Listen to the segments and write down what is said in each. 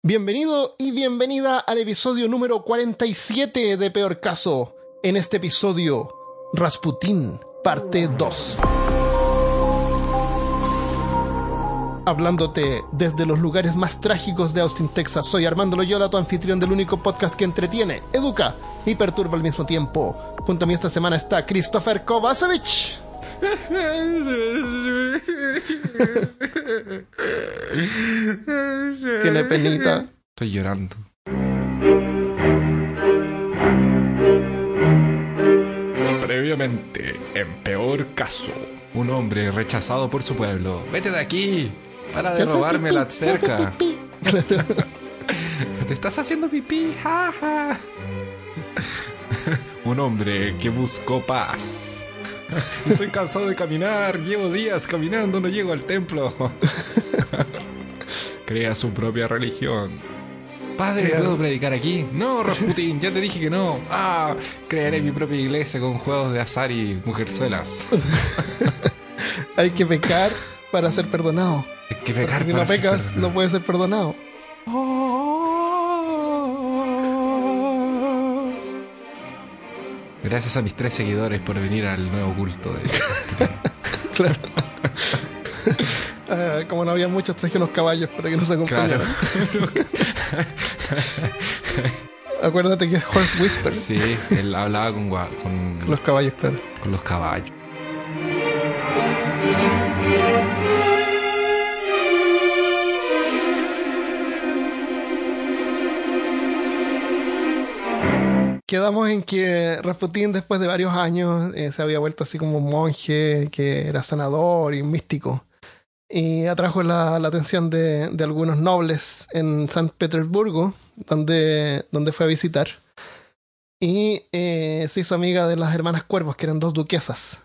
Bienvenido y bienvenida al episodio número 47 de Peor Caso. En este episodio, Rasputín, parte 2. Hablándote desde los lugares más trágicos de Austin, Texas, soy Armando Loyola, tu anfitrión del único podcast que entretiene, educa y perturba al mismo tiempo. Junto a mí esta semana está Christopher Kovacevic. Tiene penita. Estoy llorando. Previamente, en Peor Caso, un hombre rechazado por su pueblo. ¡Vete de aquí! ¡Para de robarme la cerca! Claro. ¡Te estás haciendo pipí! ¡Ja, ja! Un hombre que buscó paz. Estoy cansado de caminar. Llevo días caminando, no llego al templo. Crea su propia religión. Padre, ¿puedo predicar aquí? No, Rasputín, ya te dije que no. Crearé mi propia iglesia con juegos de azar y mujerzuelas. Hay que pecar para ser perdonado. Hay que pecar si para no pecas, no puedes ser perdonado. Gracias a mis 3 seguidores por venir al nuevo culto de... Claro. Como no había muchos, traje unos caballos para que nos acompañaran. Claro. Acuérdate que es Horse Whisper. Sí, él hablaba con Los caballos, claro. Con los caballos. Quedamos en que Rasputín, después de varios años, se había vuelto así como un monje que era sanador y místico. Y atrajo la atención de algunos nobles en San Petersburgo, donde fue a visitar. Y se hizo amiga de las hermanas Cuervos, que eran 2 duquesas.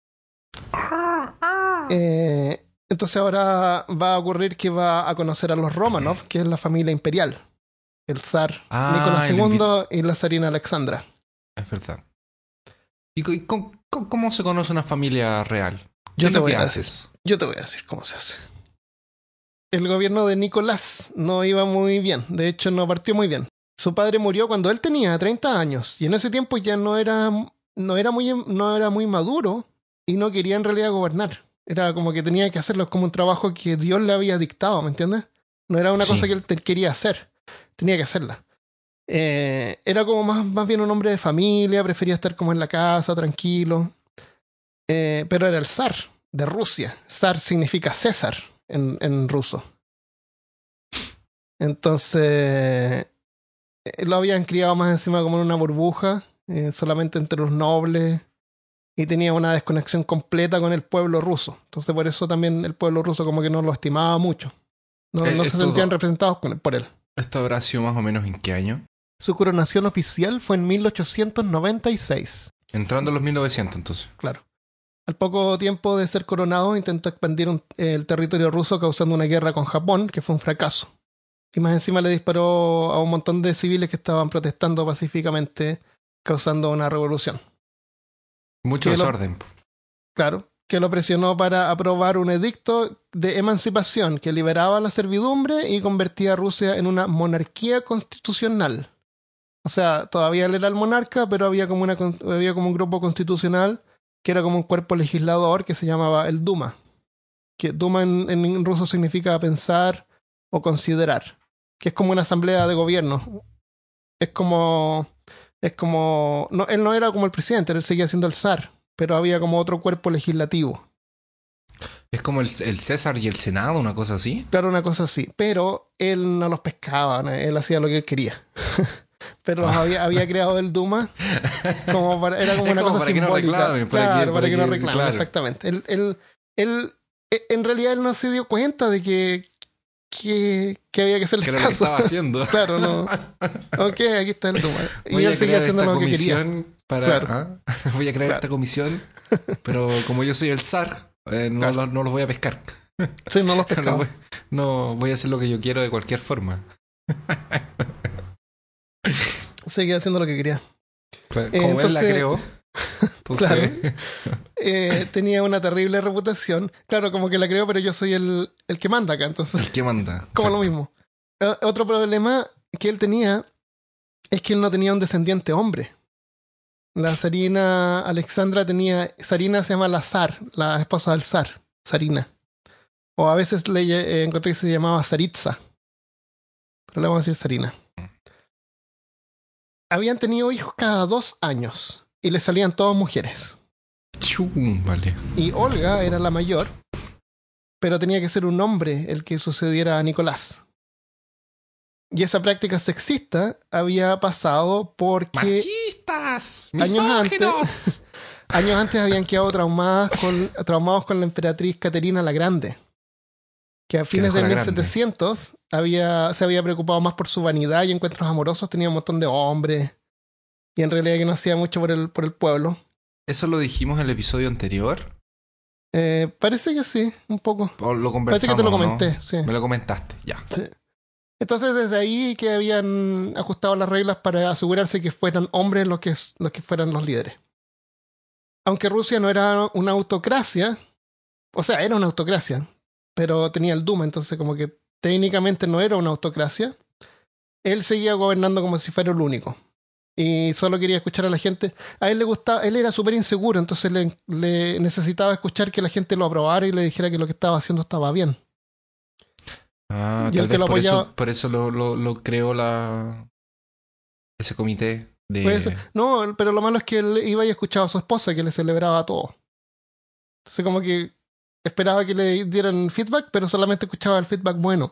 Entonces ahora va a ocurrir que va a conocer a los Romanov, que es la familia imperial. El zar Nicolás II y la zarina Alexandra. Es verdad. ¿Y cómo se conoce una familia real? Yo te voy a decir cómo se hace. El gobierno de Nicolás no iba muy bien. De hecho, no partió muy bien. Su padre murió cuando él tenía 30 años. Y en ese tiempo ya no era muy maduro. Y no quería en realidad gobernar. Era como que tenía que hacerlo como un trabajo que Dios le había dictado, ¿me entiendes? No era una cosa que él quería hacer. Tenía que hacerla. Era como más bien un hombre de familia. Prefería estar como en la casa, tranquilo. Pero era el zar de Rusia. Zar significa César en ruso. Entonces lo habían criado más encima como en una burbuja, solamente entre los nobles, y tenía una desconexión completa con el pueblo ruso. Entonces por eso también el pueblo ruso como que no lo estimaba mucho. No se sentían representados por él. ¿Esto habrá sido más o menos en qué año? Su coronación oficial fue en 1896. Entrando a los 1900 entonces. Claro. Al poco tiempo de ser coronado, intentó expandir el territorio ruso causando una guerra con Japón, que fue un fracaso. Y más encima le disparó a un montón de civiles que estaban protestando pacíficamente, causando una revolución. Mucho desorden. Claro, que lo presionó para aprobar un edicto de emancipación que liberaba la servidumbre y convertía a Rusia en una monarquía constitucional. O sea, todavía él era el monarca, pero había como un grupo constitucional que era como un cuerpo legislador que se llamaba el Duma. Que Duma en ruso significa pensar o considerar. Que es como una asamblea de gobierno. Es como no, él no era como el presidente, él seguía siendo el zar, pero había como otro cuerpo legislativo. Es como el César y el Senado, una cosa así. Claro, una cosa así. Pero él no los pescaba, ¿no? Él hacía lo que él quería. Pero los había creado el Duma era como una cosa para simbólica. Que no reclame, para que no reclame, claro. Exactamente. Él en realidad él no se dio cuenta de que había que hacerle caso. Que lo estaba haciendo. Claro, no. Ok, aquí está el Duma. Y él seguía haciendo lo que quería. Voy a crear esta comisión, pero como yo soy el zar, no los voy a pescar. Sí, no los pescaba. No voy a hacer lo que yo quiero de cualquier forma. Seguía haciendo lo que quería. Como él la creó. Entonces... Claro. Tenía una terrible reputación. Claro, como que la creó, pero yo soy el que manda acá, entonces. El que manda. Como lo mismo. Otro problema que él tenía es que él no tenía un descendiente hombre. La zarina Alexandra tenía... Zarina se llama la zar, la esposa del zar, Zarina. O a veces encontré que se llamaba Zaritza. Pero le vamos a decir Zarina. Habían tenido hijos cada 2 años. Y le salían todas mujeres. Vale. Y Olga era la mayor. Pero tenía que ser un hombre el que sucediera a Nicolás. Y esa práctica sexista había pasado porque... ¡Machistas! Años antes habían quedado traumados con la emperatriz Caterina la Grande, que a fines de 1700 se había preocupado más por su vanidad y encuentros amorosos, tenía un montón de hombres, y en realidad que no hacía mucho por el pueblo. ¿Eso lo dijimos en el episodio anterior? Parece que sí, un poco. ¿O lo conversamos? Parece que te lo comenté, ¿no? sí. Me lo comentaste, ya. Sí. Entonces desde ahí que habían ajustado las reglas para asegurarse que fueran hombres los que fueran los líderes. Aunque Rusia no era una autocracia, o sea, era una autocracia, pero tenía el Duma, entonces como que técnicamente no era una autocracia, él seguía gobernando como si fuera el único. Y solo quería escuchar a la gente. A él le gustaba, él era súper inseguro, entonces le necesitaba escuchar que la gente lo aprobara y le dijera que lo que estaba haciendo estaba bien. Ah, y tal el que vez lo por eso lo creó ese comité de... Pues, no, pero lo malo es que él iba y escuchaba a su esposa que le celebraba todo. Entonces como que esperaba que le dieran feedback, pero solamente escuchaba el feedback bueno.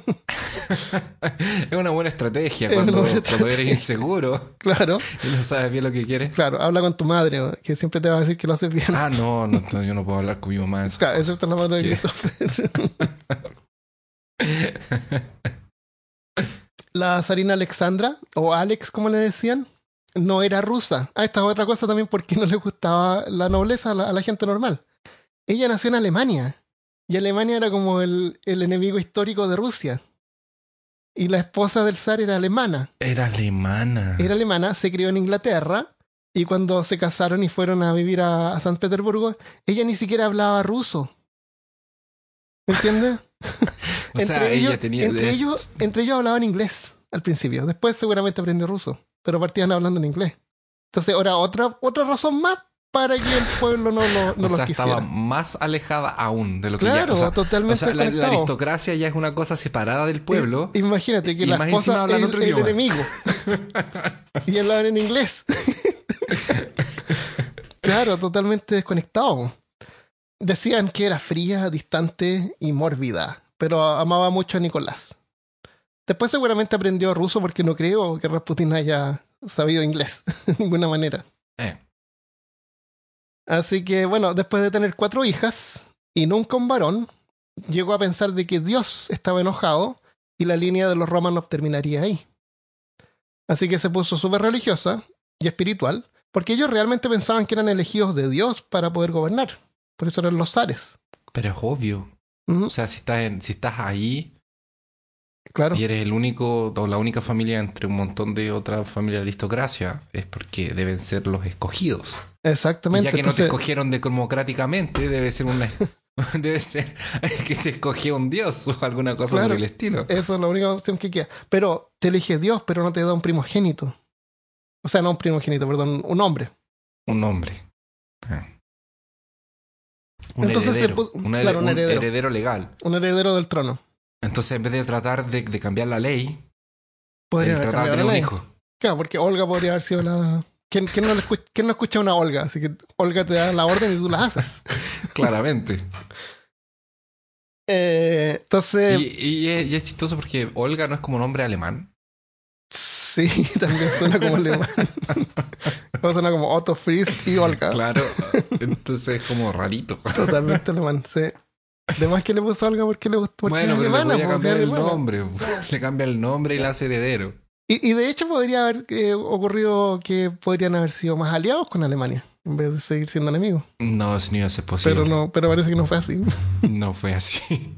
Es una buena estrategia cuando eres inseguro. Claro. Y no sabes bien lo que quieres. Claro, habla con tu madre, que siempre te va a decir que lo haces bien. Ah, no, yo no puedo hablar con mi mamá. Claro, excepto la madre de Christopher. La zarina Alexandra, o Alex como le decían, no era rusa. Esta es otra cosa también porque no le gustaba la nobleza a la gente normal. Ella nació en Alemania. Y Alemania era como el enemigo histórico de Rusia. Y la esposa del zar era alemana. Era alemana, se crió en Inglaterra. Y cuando se casaron y fueron a vivir a San Petersburgo, ella ni siquiera hablaba ruso. ¿Me entiendes? O sea, ella tenía... Entre ellos hablaban inglés al principio. Después seguramente aprendió ruso. Pero partían hablando en inglés. Entonces, ahora otra razón más para que el pueblo no los quisiera. Estaba más alejada aún de lo que claro, ya... totalmente o sea, la aristocracia ya es una cosa separada del pueblo. Imagínate que la esposa es el enemigo. Y hablaban en inglés. Claro, totalmente desconectado. Decían que era fría, distante y mórbida, pero amaba mucho a Nicolás. Después seguramente aprendió ruso porque no creo que Rasputín haya sabido inglés de ninguna manera. Así que bueno, después de tener 4 hijas y nunca un varón, llegó a pensar de que Dios estaba enojado y la línea de los romanos terminaría ahí. Así que se puso súper religiosa y espiritual, porque ellos realmente pensaban que eran elegidos de Dios para poder gobernar. Por eso eran los zares. Pero es obvio. O sea, si estás ahí, claro, y eres el único o la única familia entre un montón de otras familias de aristocracia, es porque deben ser los escogidos. Exactamente. Y ya que entonces, no te escogieron democráticamente, debe ser que te escogió un dios o alguna cosa por el estilo. Eso es la única opción que queda. Pero te elige Dios, pero no te da un primogénito. O sea, no un primogénito, perdón, un hombre. Un hombre. Entonces heredero. Un heredero legal. Un heredero del trono. Entonces, en vez de tratar de cambiar la ley, podría haber tratar de tener un hijo. Claro, porque Olga podría haber sido la... ¿Quién no escucha a una Olga? Así que Olga te da la orden y tú la haces. Claramente. Entonces... Y es chistoso porque Olga no es como nombre alemán. Sí, también suena como alemán. Suena como Otto Frisch y Olga. Claro, entonces es como rarito. Totalmente alemán, sí. Además que le puso Olga porque le gustó. Bueno, pero alemana, le podría cambiar el nombre. Le cambia el nombre y la hace heredero. Y de hecho podría haber ocurrido que podrían haber sido más aliados con Alemania en vez de seguir siendo enemigos. No, eso no iba a ser posible. Pero parece que no fue así. No fue así.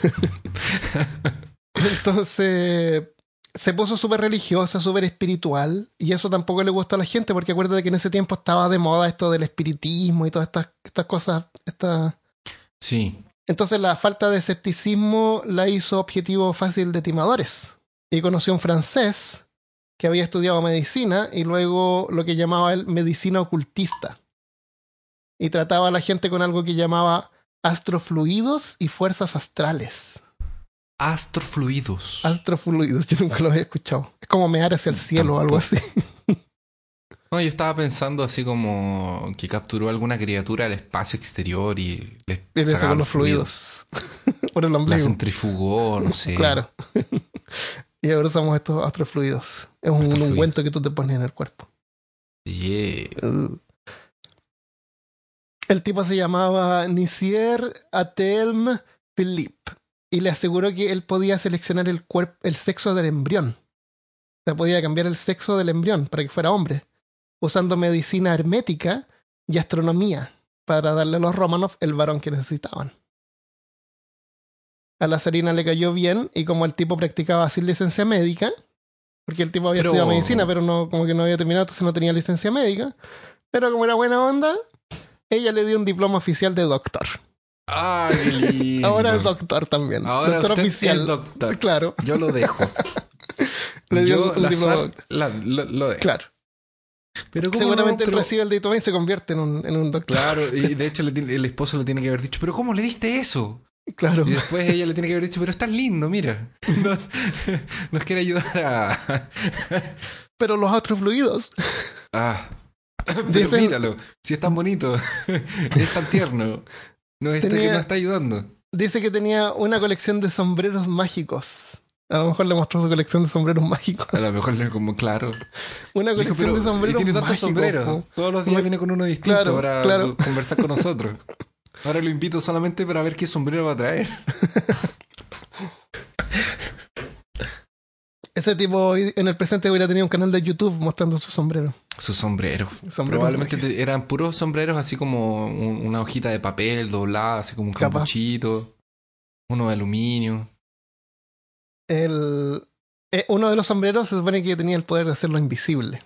Entonces se puso súper religiosa, súper espiritual, y eso tampoco le gustó a la gente, porque acuérdate que en ese tiempo estaba de moda esto del espiritismo y todas estas cosas, Sí. Entonces la falta de escepticismo la hizo objetivo fácil de timadores. Y conoció a un francés que había estudiado medicina y luego lo que llamaba él medicina ocultista. Y trataba a la gente con algo que llamaba astrofluidos y fuerzas astrales. Astrofluidos. Astrofluidos, yo nunca lo había escuchado. Es como mear hacia el cielo o algo así. No, yo estaba pensando así como que capturó alguna criatura del espacio exterior y le Y le sacaba sacó los los fluidos. Por el La ombligo. centrifugó, no sé. Claro. Y ahora usamos estos astrofluidos. Es un Astrofluidos. ungüento que tú te pones en el cuerpo. Yeah. El tipo se llamaba Nisier Atelm Philippe y le aseguró que él podía seleccionar el sexo del embrión. O sea, podía cambiar el sexo del embrión para que fuera hombre, usando medicina hermética y astronomía para darle a los Romanov el varón que necesitaban. A la zarina le cayó bien y como el tipo practicaba sin licencia médica, porque el tipo había estudiado medicina, pero no, como que no había terminado, entonces no tenía licencia médica, pero como era buena onda, ella le dio un diploma oficial de doctor. ¡Ay, qué lindo! Ahora es doctor también. Ahora doctor usted oficial. es doctor. Claro. Yo lo dejo. Le dio Yo un diploma de doctor. lo dejo. Claro. Pero ¿cómo Seguramente no? él recibe el diploma y se convierte en un doctor. Claro, y de hecho el esposo le tiene que haber dicho, ¿pero cómo le diste eso? Claro. Y después ella le tiene que haber dicho, pero estás lindo, mira. Nos quiere ayudar a... Pero los astrofluidos. Pero Dicen- míralo, si es tan bonito, es tan tierno, nos está ayudando. Dice que tenía una colección de sombreros mágicos. A lo mejor le mostró su colección de sombreros mágicos. A lo mejor le como claro. Una Dijo, colección de sombreros tiene tantos mágicos. sombreros. po. Todos los días viene con uno distinto Claro, para claro. conversar con nosotros. Ahora lo invito solamente para ver qué sombrero va a traer. Ese tipo en el presente hubiera tenido un canal de YouTube mostrando su sombrero. Sus sombreros. Sombreros Probablemente mágicos. eran puros sombreros así como una hojita de papel doblada, así como un Capaz. capuchito. Uno de aluminio. Uno de los sombreros se supone que tenía el poder de hacerlo invisible.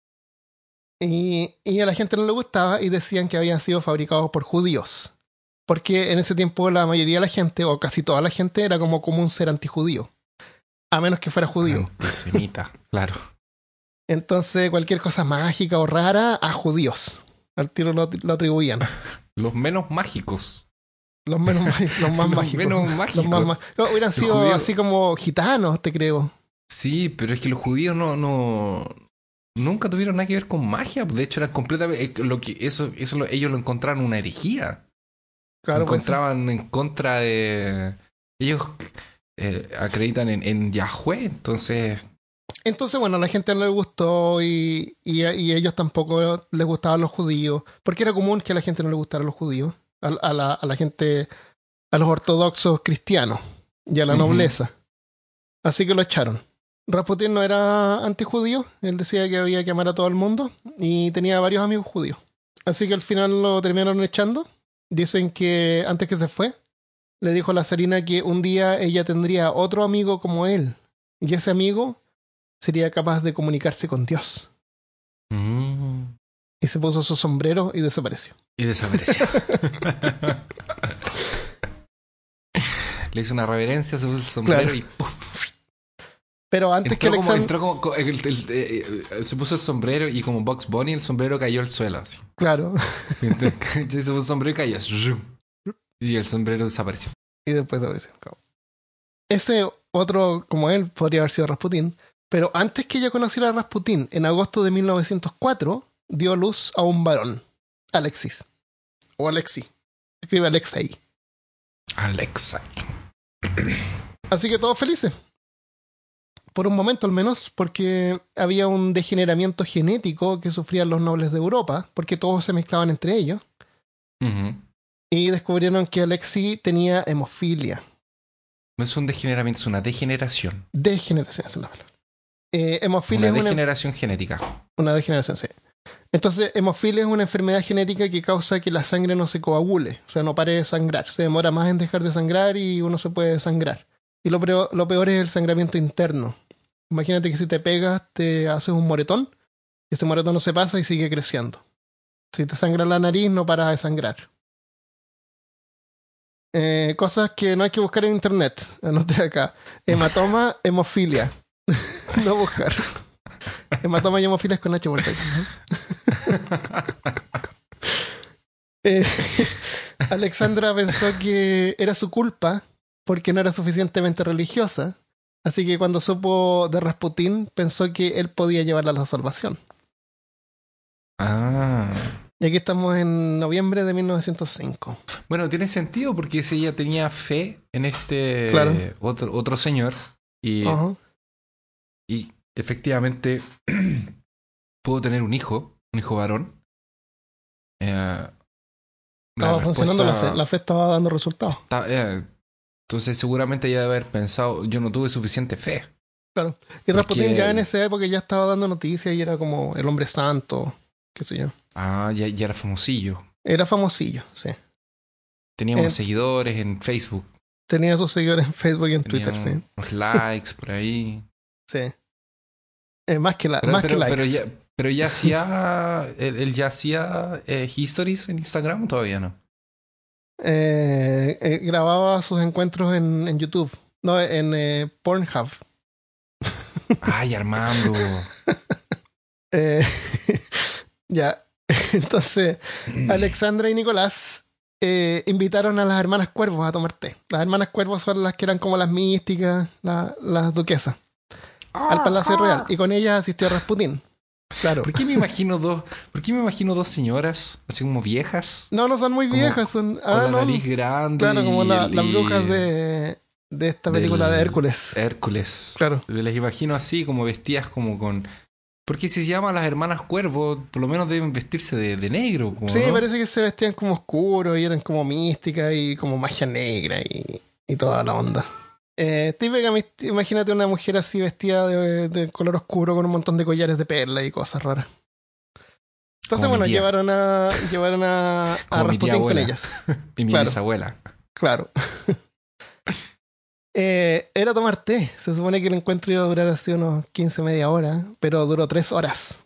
Y a la gente no le gustaba y decían que habían sido fabricados por judíos. Porque en ese tiempo la mayoría de la gente, o casi toda la gente, era como común ser antijudío. A menos que fuera judío. Antisemita, claro. Entonces cualquier cosa mágica o rara, a judíos. Al tiro lo atribuían. Los menos mágicos. Los más Los mágicos. menos mágicos. Los más no, hubieran Los sido judíos- así como gitanos, te creo. Sí, pero es que los judíos nunca tuvieron nada que ver con magia. De hecho, era completamente ellos lo encontraron una herejía. Claro, pues, Encontraban en contra de ellos acreditan en Yahweh, entonces entonces, bueno, a la gente no le gustó y a ellos tampoco les gustaban los judíos, porque era común que a la gente no le gustaran los judíos, a la gente, a los ortodoxos cristianos y a la Ujú. nobleza. Así que lo echaron. Rasputín no era antijudío, él decía que había que amar a todo el mundo y tenía varios amigos judíos. Así que al final lo terminaron echando. Dicen que antes que se fue, le dijo a la zarina que un día ella tendría otro amigo como él y ese amigo sería capaz de comunicarse con Dios. Y se puso su sombrero y desapareció. Y desapareció. Le hizo una reverencia, se puso el sombrero Claro. y ¡puf! Pero antes que Alexander... Se puso el sombrero y como Bugs Bunny el sombrero cayó al suelo así. Claro. Se puso el sombrero y cayó. Y el sombrero desapareció. Y después desapareció. Claro. Ese otro, como él, podría haber sido Rasputín. Pero antes que ella conociera a Rasputín, en agosto de 1904, dio luz a un varón. Alexis. O Alexi. Escribe Alexei. Alexa. Así que todos felices. Por un momento al menos, porque había un degeneramiento genético que sufrían los nobles de Europa, porque todos se mezclaban entre ellos, Ujú. y descubrieron que Alexi tenía hemofilia. No es un degeneramiento, es una degeneración. Degeneración, esa es la palabra. Hemofilia Una es degeneración genética. una degeneración, sí. Entonces, hemofilia es una enfermedad genética que causa que la sangre no se coagule, o sea, no pare de sangrar. Se demora más en dejar de sangrar y uno se puede desangrar. Y lo peor es el sangramiento interno. Imagínate que si te pegas, te haces un moretón, y ese moretón no se pasa y sigue creciendo. Si te sangra la nariz, no paras de sangrar. Cosas que no hay que buscar en internet. Anoté acá. Hematoma, hemofilia. No buscar. Hematoma y hemofilia es con H por si acaso, ¿no? Eh, Alexandra pensó que era su culpa porque no era suficientemente religiosa. Así que cuando supo de Rasputín, pensó que él podía llevarla a la salvación. Ah. Y aquí estamos en noviembre de 1905. Bueno, tiene sentido porque si ella tenía fe en este Claro. otro señor Ajá. y efectivamente pudo tener un hijo varón. La Estaba funcionando la fe. respuesta La fe estaba dando resultados. entonces seguramente ella debe haber pensado, yo no tuve suficiente fe. Claro. Y Rasputín ya en Porque, esa época ya estaba dando noticias y era como el hombre santo, qué sé yo. ya era famosillo. Era famosillo, sí. Tenía unos seguidores en Facebook. Tenía sus seguidores en Facebook y en Tenía Twitter, sí. unos likes por ahí. Sí. Más que likes. Pero ya hacía. Él ya hacía histories en Instagram o todavía no. Grababa sus encuentros en YouTube. No, en Pornhub. Ay, Armando. Eh, ya. Entonces, Alexandra y Nicolás invitaron a las hermanas Cuervos a tomar té. Las hermanas Cuervos son las que eran como las místicas, las duquesas, al Palacio Real. Y con ellas asistió Rasputín. Claro. ¿Por qué me imagino dos señoras, así como viejas? No son muy Como viejas, son. con la No. nariz grande. Claro, como y las brujas de esta película de Hércules. Hércules. Claro. Les imagino así, como vestidas como con. Porque si se llaman las hermanas Cuervo, por lo menos deben vestirse de negro. Sí, ¿no? parece que se vestían como oscuros y eran como místicas y como magia negra y toda la onda. Típicamente, imagínate una mujer así vestida de color oscuro con un montón de collares de perla y cosas raras. Entonces, Como mi bueno, tía. llevaron a Como mi tía Rasputín con abuela. ellas. Y mi Claro. bisabuela. Claro. Era tomar té. Se supone que el encuentro iba a durar así unos 15, media hora, pero duró 3 horas.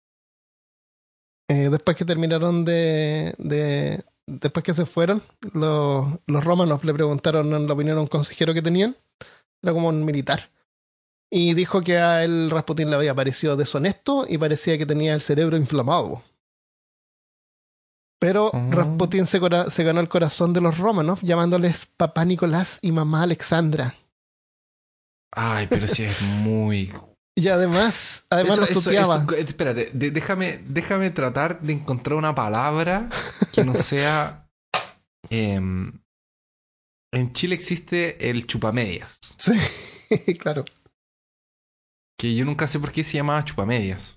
Después que terminaron después que se fueron, los romanos le preguntaron la opinión a un consejero que tenían. Era como un militar. Y dijo que a él Rasputín le había parecido deshonesto y parecía que tenía el cerebro inflamado. Pero Rasputín se ganó el corazón de los romanos llamándoles papá Nicolás y mamá Alexandra. Ay, pero sí es muy. Y además los tuteaba. Espérate, déjame tratar de encontrar una palabra que no sea. En Chile existe el chupamedias. Sí, claro. Que yo nunca sé por qué se llamaba chupamedias.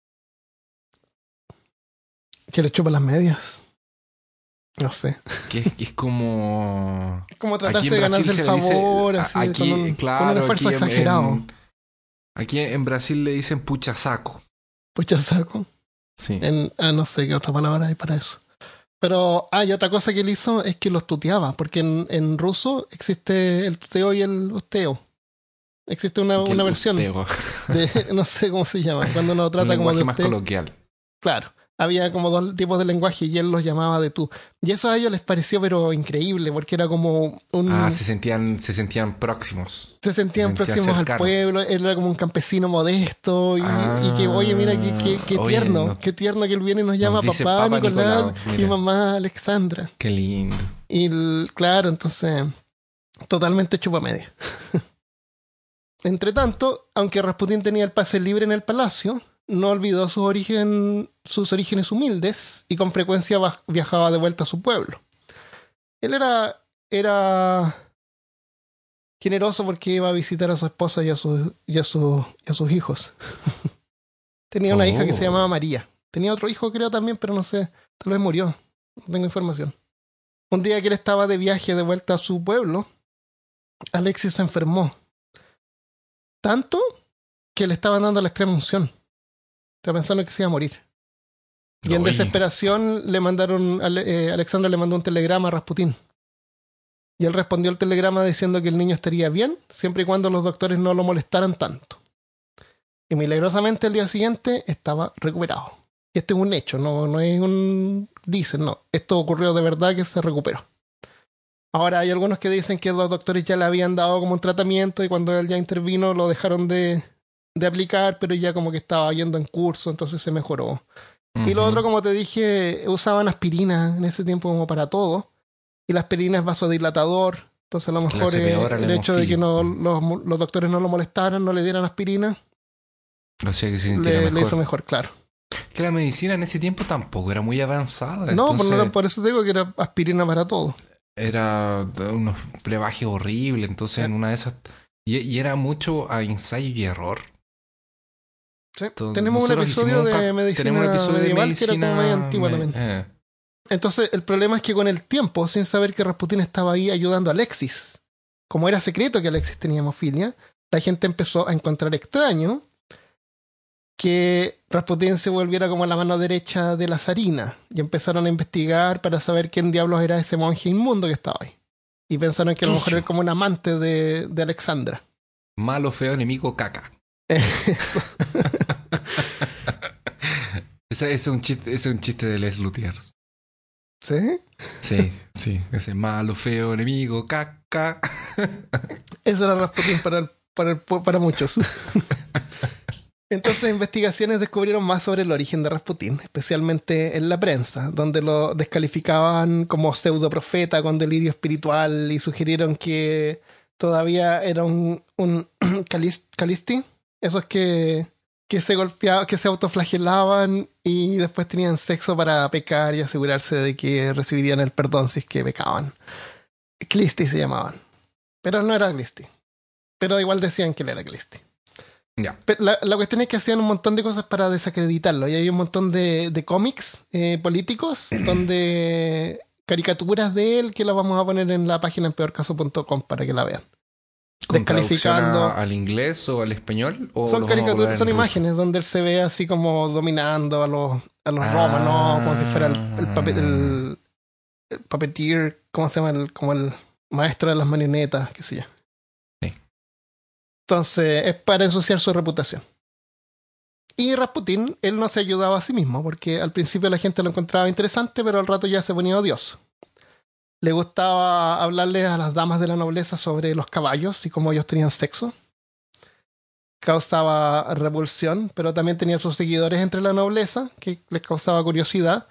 Que le chupa las medias. No sé. Que es como. Es como Aquí tratarse en de Brasil ganarse se el le dice. favor, así, Aquí, con un claro, esfuerzo aquí exagerado. aquí en Brasil le dicen puchasaco. Pucha saco. Sí. No sé qué otra palabra hay para eso. Pero hay otra cosa que él hizo es que los tuteaba, porque en ruso existe el tuteo y el usteo. Existe una versión usteo. no sé cómo se llama, cuando uno trata Un como de lenguaje más usted. coloquial. Claro, había como 2 tipos de lenguaje y él los llamaba de tú. Y eso a ellos les pareció pero increíble, porque era como un... Se sentían próximos. Se sentían próximos cercanos. al pueblo, él era como un campesino modesto y que oye, mira, qué tierno, qué tierno que él viene y nos llama papá Nicolás y mamá Alexandra. Qué lindo. Y claro, entonces, totalmente chupa media. Entre tanto, aunque Rasputín tenía el pase libre en el palacio, no olvidó sus orígenes humildes y con frecuencia viajaba de vuelta a su pueblo. Él era generoso porque iba a visitar a su esposa y a sus hijos. Tenía una hija que se llamaba María. Tenía otro hijo, creo, también, pero no sé, tal vez murió. No tengo información. Un día que él estaba de viaje de vuelta a su pueblo, Alexis se enfermó. Tanto que le estaban dando la extrema unción. Estaba pensando que se iba a morir. Y en desesperación Alexandra le mandó un telegrama a Rasputín. Y él respondió al telegrama diciendo que el niño estaría bien, siempre y cuando los doctores no lo molestaran tanto. Y milagrosamente el día siguiente estaba recuperado. Y este es un hecho, no es un... Dicen, no. Esto ocurrió de verdad que se recuperó. Ahora hay algunos que dicen que los doctores ya le habían dado como un tratamiento y cuando él ya intervino lo dejaron de aplicar, pero ya como que estaba yendo en curso, entonces se mejoró. Y lo otro, como te dije, usaban aspirina en ese tiempo como para todo. Y la aspirina es vasodilatador. Entonces a lo mejor el hecho de que los doctores no lo molestaran, no le dieran aspirina, o sea que se sintiera mejor. Le hizo mejor, claro. Que la medicina en ese tiempo tampoco era muy avanzada. No, entonces, por eso te digo que era aspirina para todo. Era unos brebajes horribles. Entonces en una de esas... Y era mucho a ensayo y error. Sí. Tenemos un episodio de medicina medieval que era como medio antigua también. Entonces, el problema es que con el tiempo, sin saber que Rasputín estaba ahí ayudando a Alexis, como era secreto que Alexis tenía hemofilia, la gente empezó a encontrar extraño que Rasputín se volviera como la mano derecha de la zarina. Y empezaron a investigar para saber quién diablos era ese monje inmundo que estaba ahí. Y pensaron que a lo mejor era como un amante de Alexandra. Malo, feo, enemigo, caca. Eso. Ese es un chiste de Les Luthiers. ¿Sí? Sí. Ese malo, feo, enemigo, caca. Eso era Rasputín para muchos. Entonces, investigaciones descubrieron más sobre el origen de Rasputín, especialmente en la prensa, donde lo descalificaban como pseudoprofeta con delirio espiritual y sugirieron que todavía era un calisti, esos que se golpeaban, que se autoflagelaban y después tenían sexo para pecar y asegurarse de que recibirían el perdón si es que pecaban. Clisti se llamaban. Pero no era Clisti. Pero igual decían que él era Clisti. Yeah. La cuestión es que hacían un montón de cosas para desacreditarlo. Y hay un montón de cómics políticos donde caricaturas de él que las vamos a poner en la página en peorcaso.com para que la vean. Descalificando al inglés o al español. ¿O son caricaturas, son imágenes donde él se ve así como dominando a los romanos, como si fuera el puppeteer, ¿cómo se llama? Como el maestro de las marionetas, qué sé yo. Entonces, es para ensuciar su reputación. Y Rasputín, él no se ayudaba a sí mismo, porque al principio la gente lo encontraba interesante, pero al rato ya se ponía odioso. Le gustaba hablarle a las damas de la nobleza sobre los caballos y cómo ellos tenían sexo. Causaba repulsión, pero también tenía sus seguidores entre la nobleza, que les causaba curiosidad.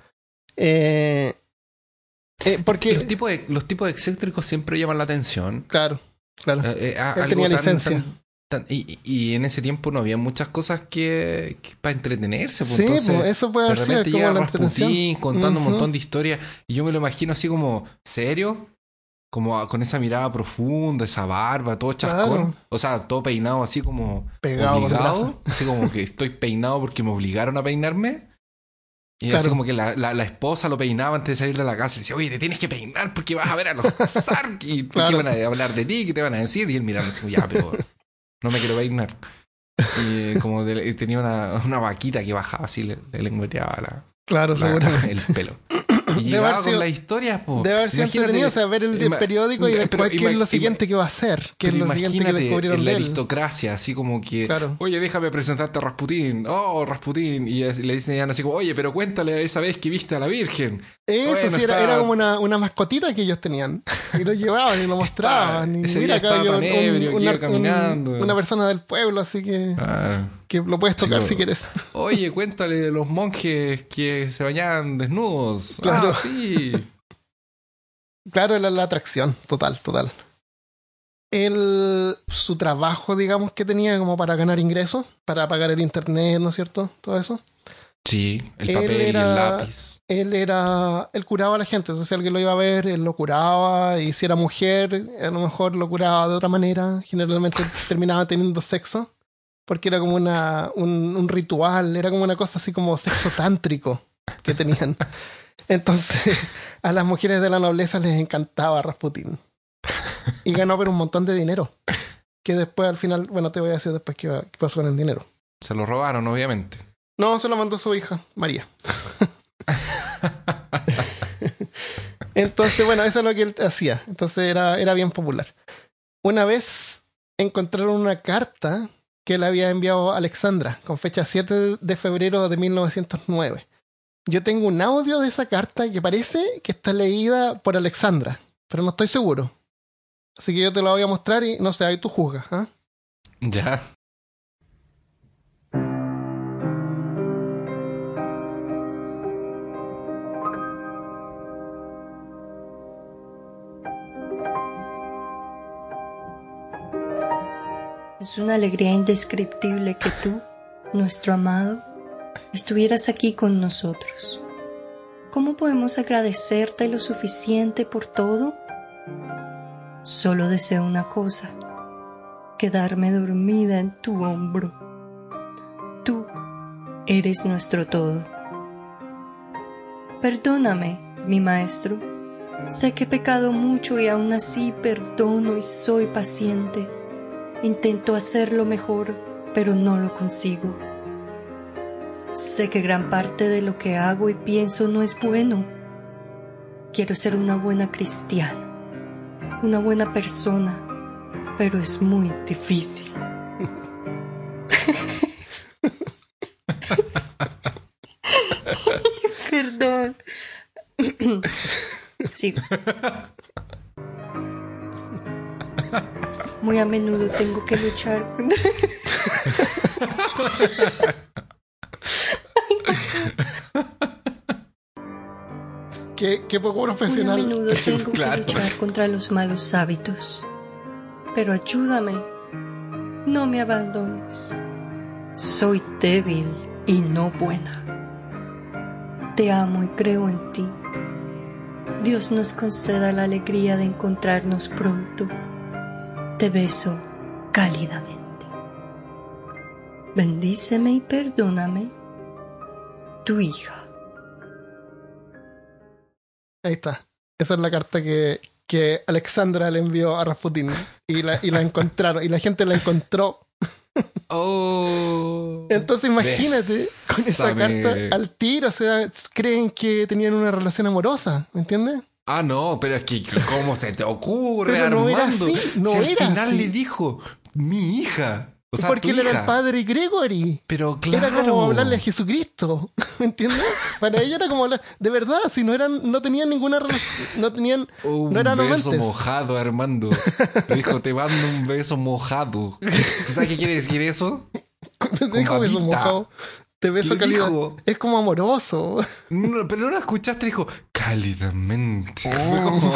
Porque los tipos excéntricos siempre llaman la atención. Claro. Él tenía licencia. Y en ese tiempo no había muchas cosas que para entretenerse. Pues, sí, entonces, pues eso puede haber sido como la Rasputín contando un montón de historias. Y yo me lo imagino así como, ¿serio? Como con esa mirada profunda, esa barba, todo chascón. Claro. O sea, todo peinado así como pegado, obligado. Así como que estoy peinado porque me obligaron a peinarme. Y claro. Así como que la esposa lo peinaba antes de salir de la casa. Le decía, oye, te tienes que peinar porque vas a ver a los Sark. Y claro. ¿Qué van a hablar de ti? ¿Qué te van a decir? Y él mirando así como, ya, pero no me quiero peinar. Y como tenía una vaquita que bajaba así, le lengüeteaba el pelo. Y llegaba con las historias, po. Debe haber sido entretenido, o sea, ver el periódico y ver qué es lo siguiente que va a hacer. ¿Qué es lo siguiente que descubrieron la aristocracia, así como que, claro. Oye, déjame presentarte a Rasputín. Oh, Rasputín. Y le dicen así como, oye, pero cuéntale esa vez que viste a la Virgen. Eso bueno, sí, era como una mascotita que ellos tenían. Y lo llevaban y lo mostraban. Y ese mira, acá yo una persona del pueblo, así que... Claro. Que lo puedes tocar si quieres. Oye, cuéntale de los monjes que se bañaban desnudos. Claro. Sí. Claro, la atracción. Total. Su trabajo, digamos, que tenía como para ganar ingresos, para pagar el internet, ¿no es cierto? Todo eso. Sí, el papel y el lápiz. Él curaba a la gente. Entonces, si alguien lo iba a ver, él lo curaba. Y si era mujer, a lo mejor lo curaba de otra manera. Generalmente terminaba teniendo sexo. Porque era como un ritual, era como una cosa así como sexo tántrico que tenían. Entonces, a las mujeres de la nobleza les encantaba Rasputín. Y ganó por un montón de dinero. Que después, al final, bueno, te voy a decir después qué pasó con el dinero. Se lo robaron, obviamente. No, se lo mandó su hija, María. Entonces, bueno, eso es lo que él hacía. Entonces era bien popular. Una vez encontraron una carta que le había enviado a Alexandra, con fecha 7 de febrero de 1909. Yo tengo un audio de esa carta que parece que está leída por Alexandra. pero no estoy seguro. Así que yo te la voy a mostrar y no sé, ahí tú juzgas, ¿ah? Ya. Es una alegría indescriptible que tú, nuestro amado, estuvieras aquí con nosotros. ¿Cómo podemos agradecerte lo suficiente por todo? Solo deseo una cosa: quedarme dormida en tu hombro. Tú eres nuestro todo. Perdóname, mi maestro. Sé que he pecado mucho y aún así perdono y soy paciente. Intento hacerlo mejor, pero no lo consigo. Sé que gran parte de lo que hago y pienso no es bueno. Quiero ser una buena cristiana, una buena persona, pero es muy difícil. Perdón. Sí. Muy a menudo tengo que luchar contra... Qué poco profesional. Muy a menudo tengo que luchar contra los malos hábitos. Pero ayúdame. No me abandones. Soy débil y no buena. Te amo y creo en ti. Dios nos conceda la alegría de encontrarnos pronto. Te beso cálidamente. Bendíceme y perdóname. Tu hija. Ahí está. Esa es la carta que Alexandra le envió a Rasputín. Y la encontraron. Y la gente la encontró. Oh. Entonces imagínate, con esa Bésame. carta al tiro, o sea, creen que tenían una relación amorosa, ¿me entiendes? Ah, no, pero es que ¿cómo se te ocurre, Pero no Armando? era así, no si al era final así. le dijo, mi hija. O sea, Porque tu él era hija. el padre Gregory. Pero claro. Era como hablarle a Jesucristo, ¿me entiendes? Para ella era como hablar, de verdad, si no tenían ninguna relación, no eran beso amantes. mojado, Armando. Le dijo, te mando un beso mojado. ¿Tú sabes qué quiere decir eso? Dijo beso babita. mojado. Te beso Lo calidad. dijo. Es como amoroso. No, pero no la escuchaste, dijo cálidamente. Oh. Fue como.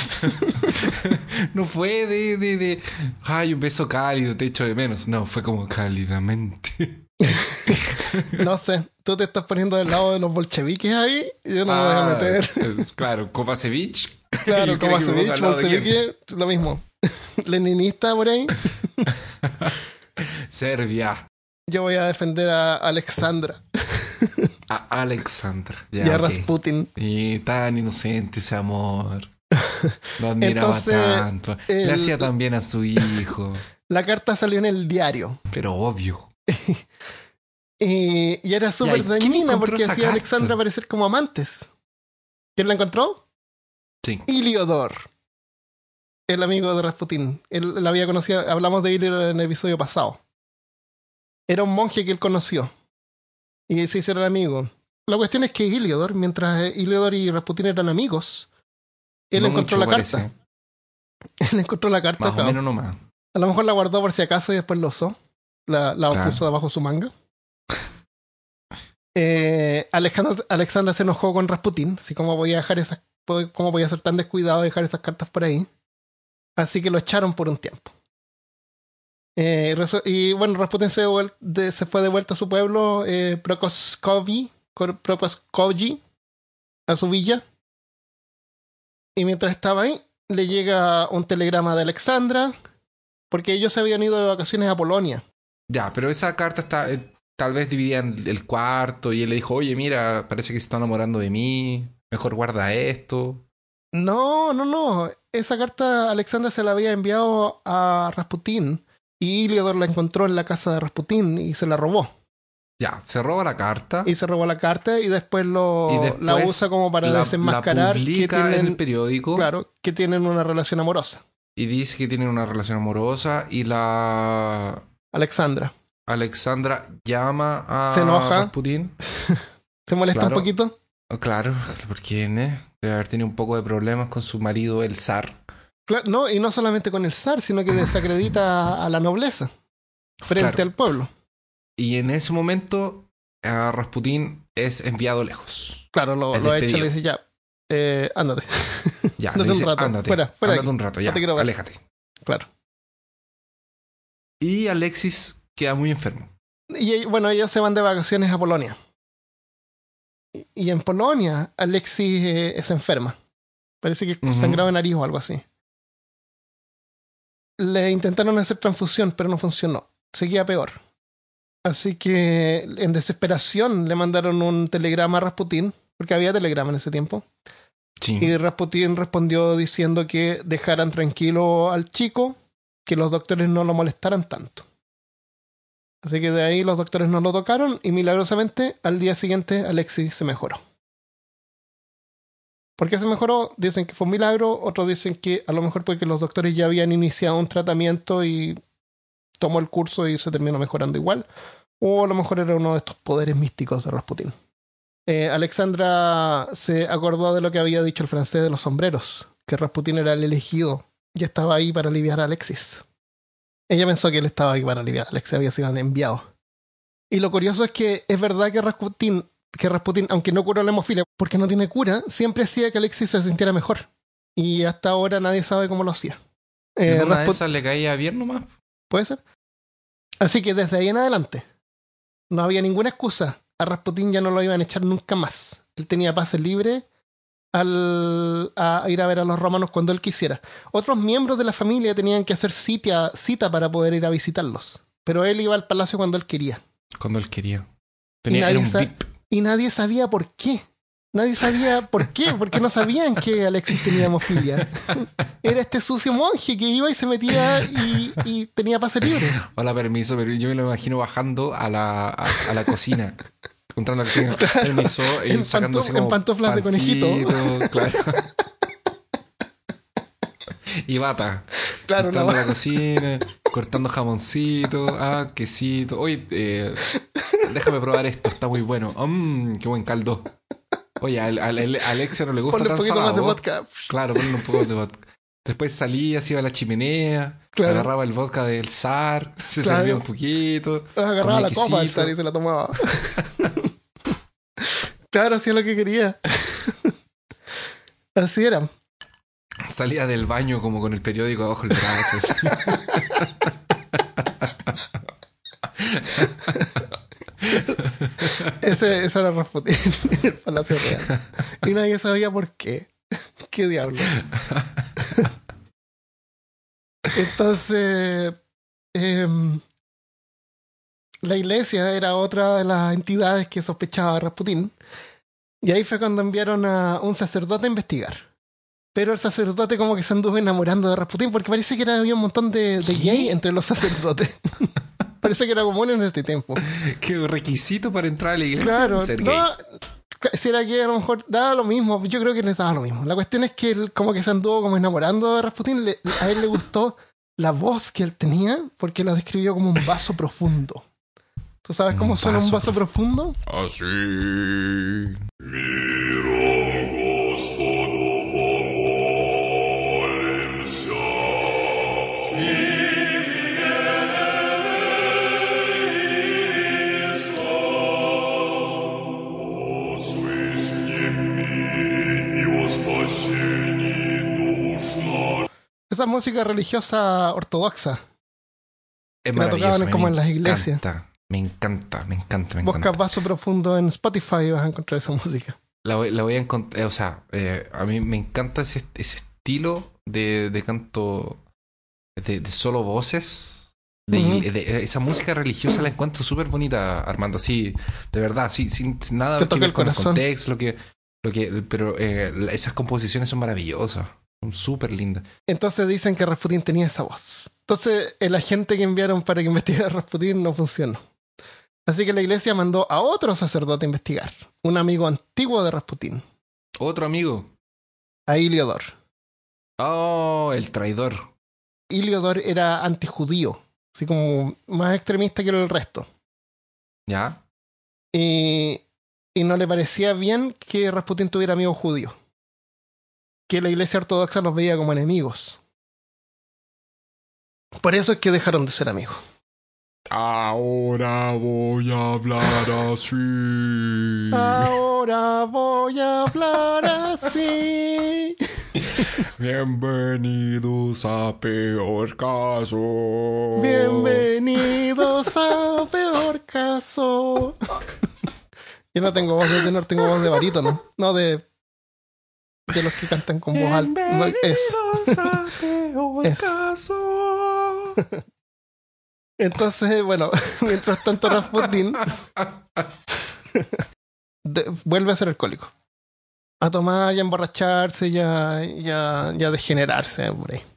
No fue de. Ay, un beso cálido, te echo de menos. No, fue como cálidamente. No sé, tú te estás poniendo del lado de los bolcheviques ahí. Yo no me voy a meter. Claro, Kovacevic. Claro, Yo creo que me pongo Kovacevic, al lado de quién. bolchevique, lo mismo. Leninista por ahí. Serbia. Yo voy a defender a Alexandra A Alexandra. y a ok. Rasputin. Y tan inocente ese amor. Lo admiraba Entonces, tanto. Le hacía tan bien a su hijo. La carta salió en el diario. Pero obvio. Y era súper ¿y quién dañina encontró porque esa hacía a carta? Alexandra parecer como amantes. ¿Quién la encontró? Sí. Iliodor, el amigo de Rasputín. Él la había conocido, hablamos de Iliodor en el episodio pasado. Era un monje que él conoció y se hicieron amigos. La cuestión es que Iliodor, mientras Iliodor y Rasputín eran amigos, él No encontró mucho, la parece. carta. Él encontró la carta. Más o claro. menos nomás. A lo mejor la guardó por si acaso y después lo usó. La Claro. puso debajo de su manga. Alexandra se enojó con Rasputín. Así como podía dejar cómo podía ser tan descuidado de dejar esas cartas por ahí. Así que lo echaron por un tiempo. Y bueno, Rasputín se fue de vuelta a su pueblo, Prokoskovyi, a su villa. Y mientras estaba ahí, le llega un telegrama de Alexandra, porque ellos se habían ido de vacaciones a Polonia. Ya, pero esa carta está tal vez dividida en el cuarto y él le dijo, oye, mira, parece que se está enamorando de mí, mejor guarda esto. No. Esa carta Alexandra se la había enviado a Rasputín y Iliodor la encontró en la casa de Rasputín y se la robó. Ya, se roba la carta Y se robó la carta y después después la usa como para desenmascarar la que publica en el tienen, periódico. claro, que tienen una relación amorosa. Y dice que tienen una relación amorosa y la Alexandra Alexandra llama a se enoja. Rasputín. ¿Se molesta Claro. un poquito? Oh, claro, porque Debe haber tenido un poco de problemas con su marido, el zar. Claro, no, y no solamente con el zar, sino que desacredita a la nobleza frente al pueblo. Y en ese momento, a Rasputín es enviado lejos. Claro, lo echa y le dice ya, ándate. Ya, ándate dice, un rato. ándate, fuera ándate un rato, ya, aléjate. Claro. Y Alexis queda muy enfermo. Y bueno, ellos se van de vacaciones a Polonia. Y en Polonia, Alexis se enferma. Parece que sangrado de nariz o algo así. Le intentaron hacer transfusión, pero no funcionó. Seguía peor. Así que, en desesperación, le mandaron un telegrama a Rasputín, porque había telegrama en ese tiempo. Sí. Y Rasputín respondió diciendo que dejaran tranquilo al chico, que los doctores no lo molestaran tanto. Así que de ahí los doctores no lo tocaron y milagrosamente al día siguiente Alexis se mejoró. ¿Por qué se mejoró? Dicen que fue un milagro, otros dicen que a lo mejor porque los doctores ya habían iniciado un tratamiento y tomó el curso y se terminó mejorando igual. O a lo mejor era uno de estos poderes místicos de Rasputín. Alexandra se acordó de lo que había dicho el francés de los sombreros, que Rasputín era el elegido y estaba ahí para aliviar a Alexis. Ella pensó que él estaba ahí para aliviar a Alexis, había sido enviado. Y lo curioso es que es verdad que Rasputín, aunque no curó la hemofilia, porque no tiene cura, siempre hacía que Alexis se sintiera mejor. Y hasta ahora nadie sabe cómo lo hacía. ¿Una de esas le caía bien nomás? Puede ser. Así que desde ahí en adelante no había ninguna excusa. A Rasputín ya no lo iban a echar nunca más. Él tenía pase libre a ir a ver a los romanos cuando él quisiera. Otros miembros de la familia tenían que hacer cita para poder ir a visitarlos. Pero él iba al palacio cuando él quería. Cuando él quería. Era un VIP. Y nadie sabía por qué. Nadie sabía por qué, porque no sabían que Alexis tenía hemofilia. Era este sucio monje que iba y se metía y tenía pase libre. Hola, permiso, pero yo me lo imagino bajando a la cocina. Entrando a la cocina, permiso, y sacando así como en pantuflas de conejito. Claro. Y bata. Claro, entrando a la cocina, cortando jamoncito, quesito. Oye, déjame probar esto, está muy bueno. Qué buen caldo. Oye, a Alexia no le gusta ponle tan un poquito salado. Más de vodka. Claro, ponle un poco de vodka. Después salía, se iba a la chimenea, agarraba el vodka del zar, se servía un poquito. Agarraba la copa del zar y se la tomaba. Claro, hacía lo que quería. Así era. Salía del baño como con el periódico abajo el brazo. Ese era Rasputín en el Palacio Real. Y nadie sabía por qué. ¿Qué diablo? Entonces, la iglesia era otra de las entidades que sospechaba a Rasputín. Y ahí fue cuando enviaron a un sacerdote a investigar. Pero el sacerdote como que se anduvo enamorando de Rasputín porque parece que había un montón de gay entre los sacerdotes. Parece que era común en este tiempo. ¿Qué requisito para entrar a la iglesia? Claro, ser gay. Si era que a lo mejor daba lo mismo, yo creo que les daba lo mismo. La cuestión es que él como que se anduvo como enamorando de Rasputín. A él le gustó la voz que él tenía porque la describió como un vaso profundo. ¿Tú sabes cómo suena un vaso profundo? Así. Esa música religiosa ortodoxa. Es que la tocaban como en las iglesias. Me encanta. Busca Vaso Profundo en Spotify y vas a encontrar esa música. La voy a encontrar. O sea, a mí me encanta ese estilo de canto de solo voces. De esa música religiosa la encuentro súper bonita, Armando. Sí, de verdad, sí, sin nada que ver con el contexto, pero esas composiciones son maravillosas. Son súper lindas. Entonces dicen que Rasputín tenía esa voz. Entonces el agente que enviaron para que investigara a Rasputín no funcionó. Así que la iglesia mandó a otro sacerdote a investigar. Un amigo antiguo de Rasputín. ¿Otro amigo? A Iliodor. Oh, el traidor. Iliodor era antijudío. Así como más extremista que el resto. ¿Ya? Y no le parecía bien que Rasputín tuviera amigos judíos. que la Iglesia Ortodoxa los veía como enemigos. Por eso es que dejaron de ser amigos. Ahora voy a hablar así. Ahora voy a hablar así. Bienvenidos a Peor Caso. Bienvenidos a Peor Caso. Yo no tengo voz de tenor, tengo voz de barítono. No, de los que cantan con voz alta. No, Bienvenidos a Peor Caso. Entonces, bueno, mientras tanto Rasputín vuelve a ser alcohólico. A tomar y a emborracharse y a degenerarse por ahí.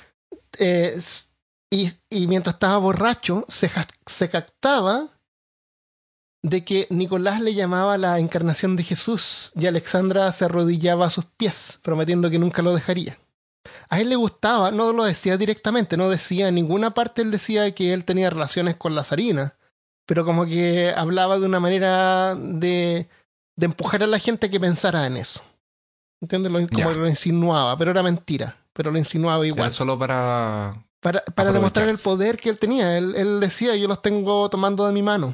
Y mientras estaba borracho, se jactaba de que Nicolás le llamaba la encarnación de Jesús y Alexandra se arrodillaba a sus pies, prometiendo que nunca lo dejaría. A él le gustaba, no lo decía directamente, no decía en ninguna parte, él decía que él tenía relaciones con la zarina, pero como que hablaba de una manera de empujar a la gente que pensara en eso. ¿Entiendes? Como lo insinuaba, pero era mentira, pero lo insinuaba igual. Era solo para demostrar el poder que él tenía. Él decía, yo los tengo tomando de mi mano.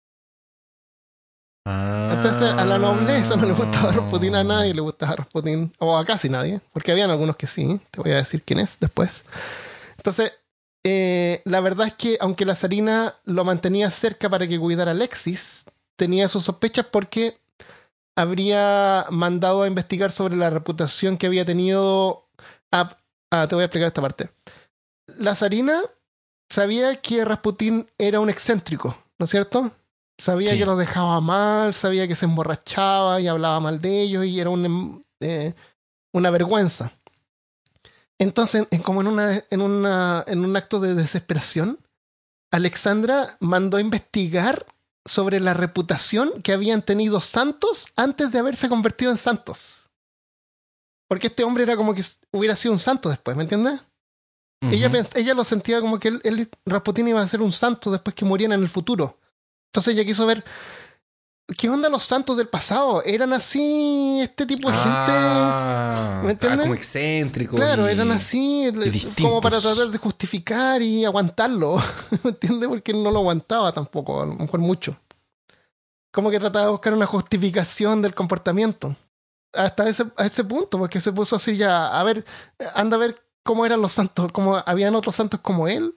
Entonces a la nobleza no le gustaba Rasputín, a nadie le gustaba Rasputín, o a casi nadie, porque habían algunos que sí, te voy a decir quién es después. Entonces, la verdad es que aunque la zarina lo mantenía cerca para que cuidara a Alexis, tenía sus sospechas porque habría mandado a investigar sobre la reputación que había tenido... te voy a explicar esta parte. La zarina sabía que Rasputín era un excéntrico, ¿no es cierto? Sabía que los dejaba mal, sabía que se emborrachaba y hablaba mal de ellos y era una vergüenza. Entonces, como en un acto de desesperación, Alexandra mandó a investigar sobre la reputación que habían tenido santos antes de haberse convertido en santos. Porque este hombre era como que hubiera sido un santo después, ¿me entiendes? Uh-huh. Ella lo sentía como que Rasputín iba a ser un santo después que muriera en el futuro. Entonces ella quiso ver qué onda los santos del pasado. ¿Eran así este tipo de gente? ¿Me entiendes? Como excéntricos. Claro, eran así como para tratar de justificar y aguantarlo. ¿Me entiendes? Porque él no lo aguantaba tampoco, a lo mejor mucho. Como que trataba de buscar una justificación del comportamiento. Hasta a ese punto, porque se puso así ya, a ver, anda a ver cómo eran los santos, cómo habían otros santos como él.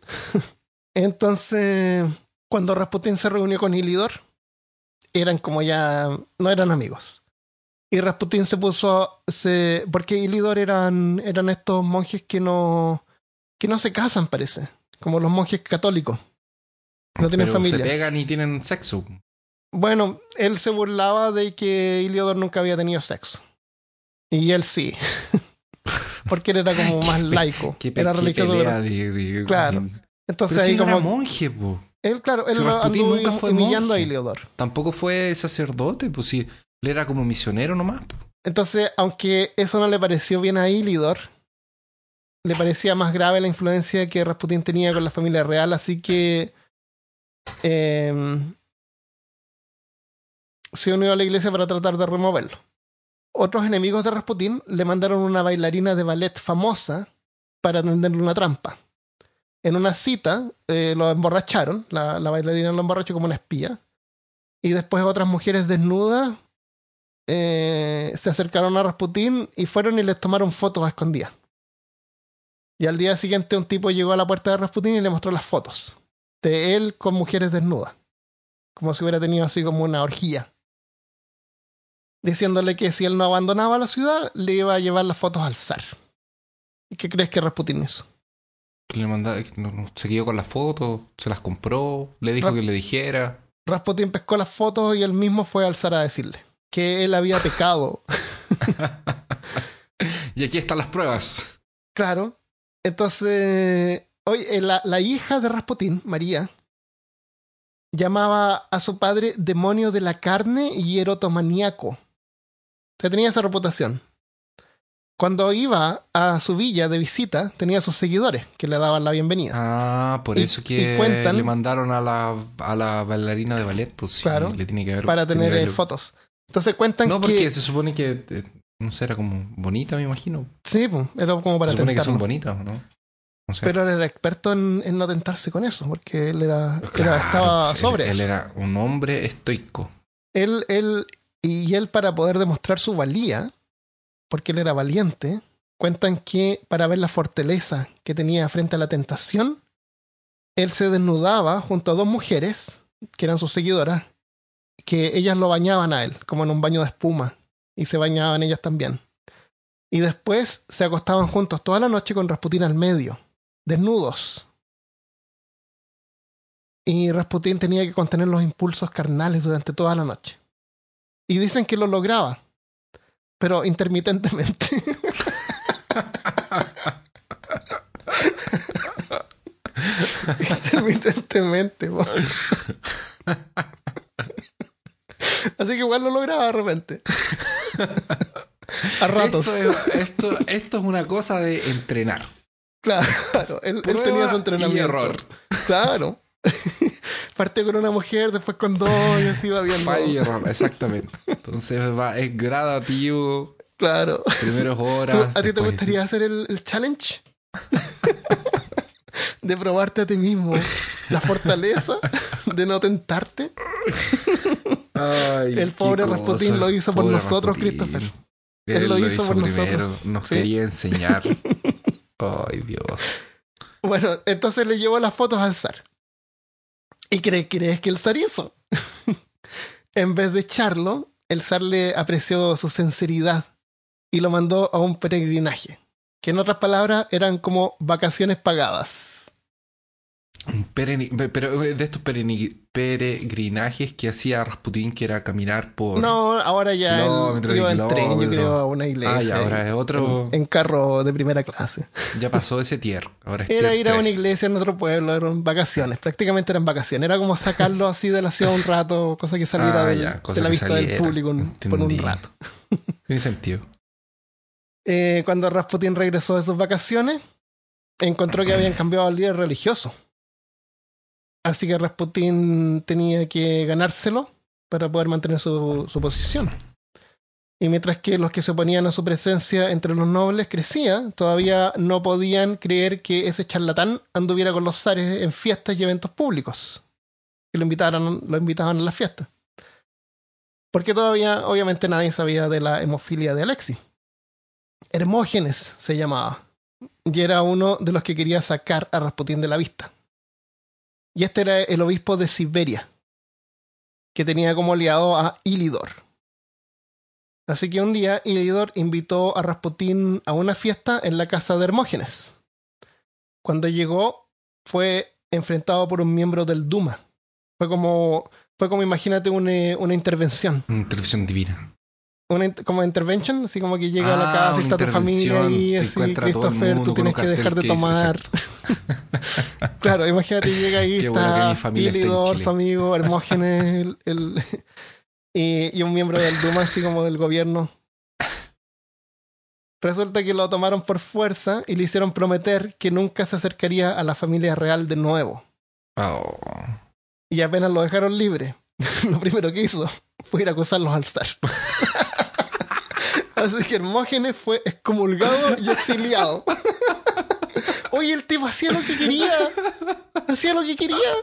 Entonces... Cuando Rasputín se reunió con Ilídor, eran como ya... no eran amigos. Y Rasputín se puso... porque Ilídor eran estos monjes que no se casan, parece. Como los monjes católicos. No tienen familia. Se pegan y tienen sexo. Bueno, él se burlaba de que Ilídor nunca había tenido sexo. Y él sí. Porque él era como más laico. Era religioso. Claro. Entonces pero ahí si como... no era monje, po. Él anduvo nunca fue humillando monje. a Ilíodor. Tampoco fue sacerdote, pues sí, él era como misionero nomás. Entonces, aunque eso no le pareció bien a Ilíodor, le parecía más grave la influencia que Rasputín tenía con la familia real, así que se unió a la iglesia para tratar de removerlo. Otros enemigos de Rasputín le mandaron una bailarina de ballet famosa para tenderle una trampa. En una cita lo emborracharon, la bailarina lo emborrachó como una espía, y después otras mujeres desnudas se acercaron a Rasputín y fueron y les tomaron fotos a escondidas. Y al día siguiente un tipo llegó a la puerta de Rasputín y le mostró las fotos de él con mujeres desnudas, como si hubiera tenido así como una orgía, diciéndole que si él no abandonaba la ciudad le iba a llevar las fotos al zar. ¿Y qué crees que Rasputín hizo? Le mandaba, se quedó con las fotos, se las compró, le dijo que le dijera. Rasputín pescó las fotos y él mismo fue al zar a decirle que él había pecado. Y aquí están las pruebas. Claro. Entonces, oye, la hija de Rasputín, María, llamaba a su padre demonio de la carne y erotomaníaco. O sea, tenía esa reputación. Cuando iba a su villa de visita, tenía sus seguidores que le daban la bienvenida. Ah, por eso que cuentan, le mandaron a la bailarina de ballet, pues claro, sí, le tiene que haber para tener fotos. Entonces cuentan que... No, porque se supone que No sé, era como bonita, me imagino. Sí, pues, era como para Se supone que tentarlo. son bonitas, ¿no? No sé. Pero él era experto en no tentarse con eso, porque él Claro, estaba pues, sobre él eso. era un hombre estoico. Él, para poder demostrar su valía, porque él era valiente, cuentan que para ver la fortaleza que tenía frente a la tentación, él se desnudaba junto a dos mujeres, que eran sus seguidoras, que ellas lo bañaban a él, como en un baño de espuma, y se bañaban ellas también. Y después se acostaban juntos toda la noche con Rasputín al medio, desnudos. Y Rasputín tenía que contener los impulsos carnales durante toda la noche. Y dicen que lo lograba, pero intermitentemente. Intermitentemente, po. Así que igual lo lograba de repente. A ratos. Esto es una cosa de entrenar. Claro, él Prueba tenía su entrenamiento. y error. Claro. Partió con una mujer, después con dos, y así va viendo. Falla y error, exactamente. Entonces es gradativo. Claro. Primeras horas. ¿A ti te gustaría hacer el challenge? De probarte a ti mismo la fortaleza de no tentarte. Ay, el pobre Rasputín lo hizo por nosotros, Rasputín. Christopher. Él lo hizo por primero. nosotros. Nos ¿Sí? quería enseñar. Ay, Dios. Bueno, entonces le llevó las fotos al zar. ¿Y crees que el zar hizo? En vez de echarlo, el zar le apreció su sinceridad y lo mandó a un peregrinaje, que en otras palabras eran como vacaciones pagadas. Pero de estos peregrinajes que hacía Rasputín, que era caminar por... No, ahora ya kilómetros y iba en tren, yo kilómetros. creo, a una iglesia. Ah, ya, ahora es otro... En carro de primera clase. Ya pasó ese tier. Ahora es Era tier ir a una 3. iglesia en otro pueblo, eran vacaciones, prácticamente eran vacaciones. Era como sacarlo así de la ciudad un rato, cosa que saliera Cosa de la que vista saliera. del público por un Entendí. rato. Tiene sentido. Cuando Rasputín regresó de sus vacaciones, encontró que habían cambiado al líder religioso. Así que Rasputín tenía que ganárselo para poder mantener su posición. Y mientras que los que se oponían a su presencia entre los nobles crecía, todavía no podían creer que ese charlatán anduviera con los zares en fiestas y eventos públicos. Que lo invitaban a las fiestas. Porque todavía, obviamente, nadie sabía de la hemofilia de Alexis. Hermógenes se llamaba. Y era uno de los que quería sacar a Rasputín de la vista. Y este era el obispo de Siberia, que tenía como aliado a Ilidor. Así que un día Ilidor invitó a Rasputín a una fiesta en la casa de Hermógenes. Cuando llegó, fue enfrentado por un miembro del Duma. Fue como imagínate, una intervención. Una intervención divina. Como intervention, así como que llega a la casa y una está tu familia y te así, encuentra todo el Christopher, mundo tú con un tienes que dejar de cartel que dice, tomar. exacto. Claro, imagínate, llega ahí, Qué bueno que está mi familia está en Ilidor, Chile. su amigo, Hermógenes, y un miembro del Duma, así como del gobierno. Resulta que lo tomaron por fuerza y le hicieron prometer que nunca se acercaría a la familia real de nuevo. Oh. Y apenas lo dejaron libre, lo primero que hizo fue ir a acusarlos al zar. Así que Hermógenes fue excomulgado y exiliado. Oye, el tipo hacía lo que quería. Hacía lo que quería.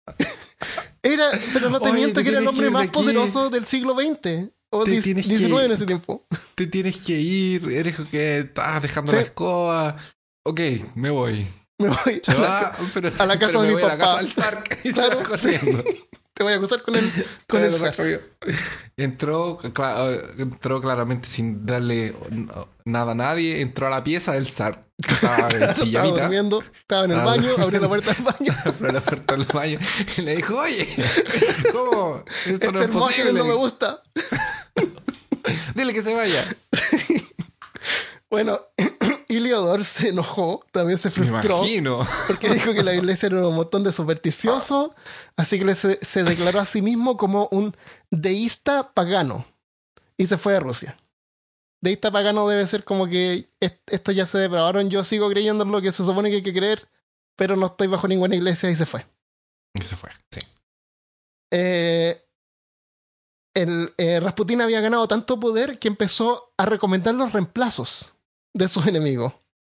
Pero no te Oye, miento te que era el tienes hombre que ir de más aquí. poderoso del siglo XX. O Te tienes que 19 en ir. ese tiempo. Te tienes que ir. Eres que estás dejando Sí. la escoba. Ok, me voy. Me voy Se va, pero, a la casa pero de me mi voy a la papá. casa del zar y se Claro. va corriendo. Te voy a acusar con el zar. Entró claramente sin darle nada a nadie. Entró a la pieza del zar. Estaba en Estaba pijamita. durmiendo, estaba en el Estaba- baño, abrió la puerta del baño. Abrió la puerta del baño y le dijo, oye, ¿cómo? Esto no es Hermógenes posible. no me gusta. Dile que se vaya. Bueno, Iliodor se enojó, también se Me frustró. imagino. Porque dijo que la iglesia era un montón de supersticiosos, así que se declaró a sí mismo como un deísta pagano y se fue a Rusia. Deísta pagano debe ser como que esto ya se depravaron, yo sigo creyendo en lo que se supone que hay que creer, pero no estoy bajo ninguna iglesia y se fue. Y se fue, sí. Rasputín había ganado tanto poder que empezó a recomendar los reemplazos de sus enemigos.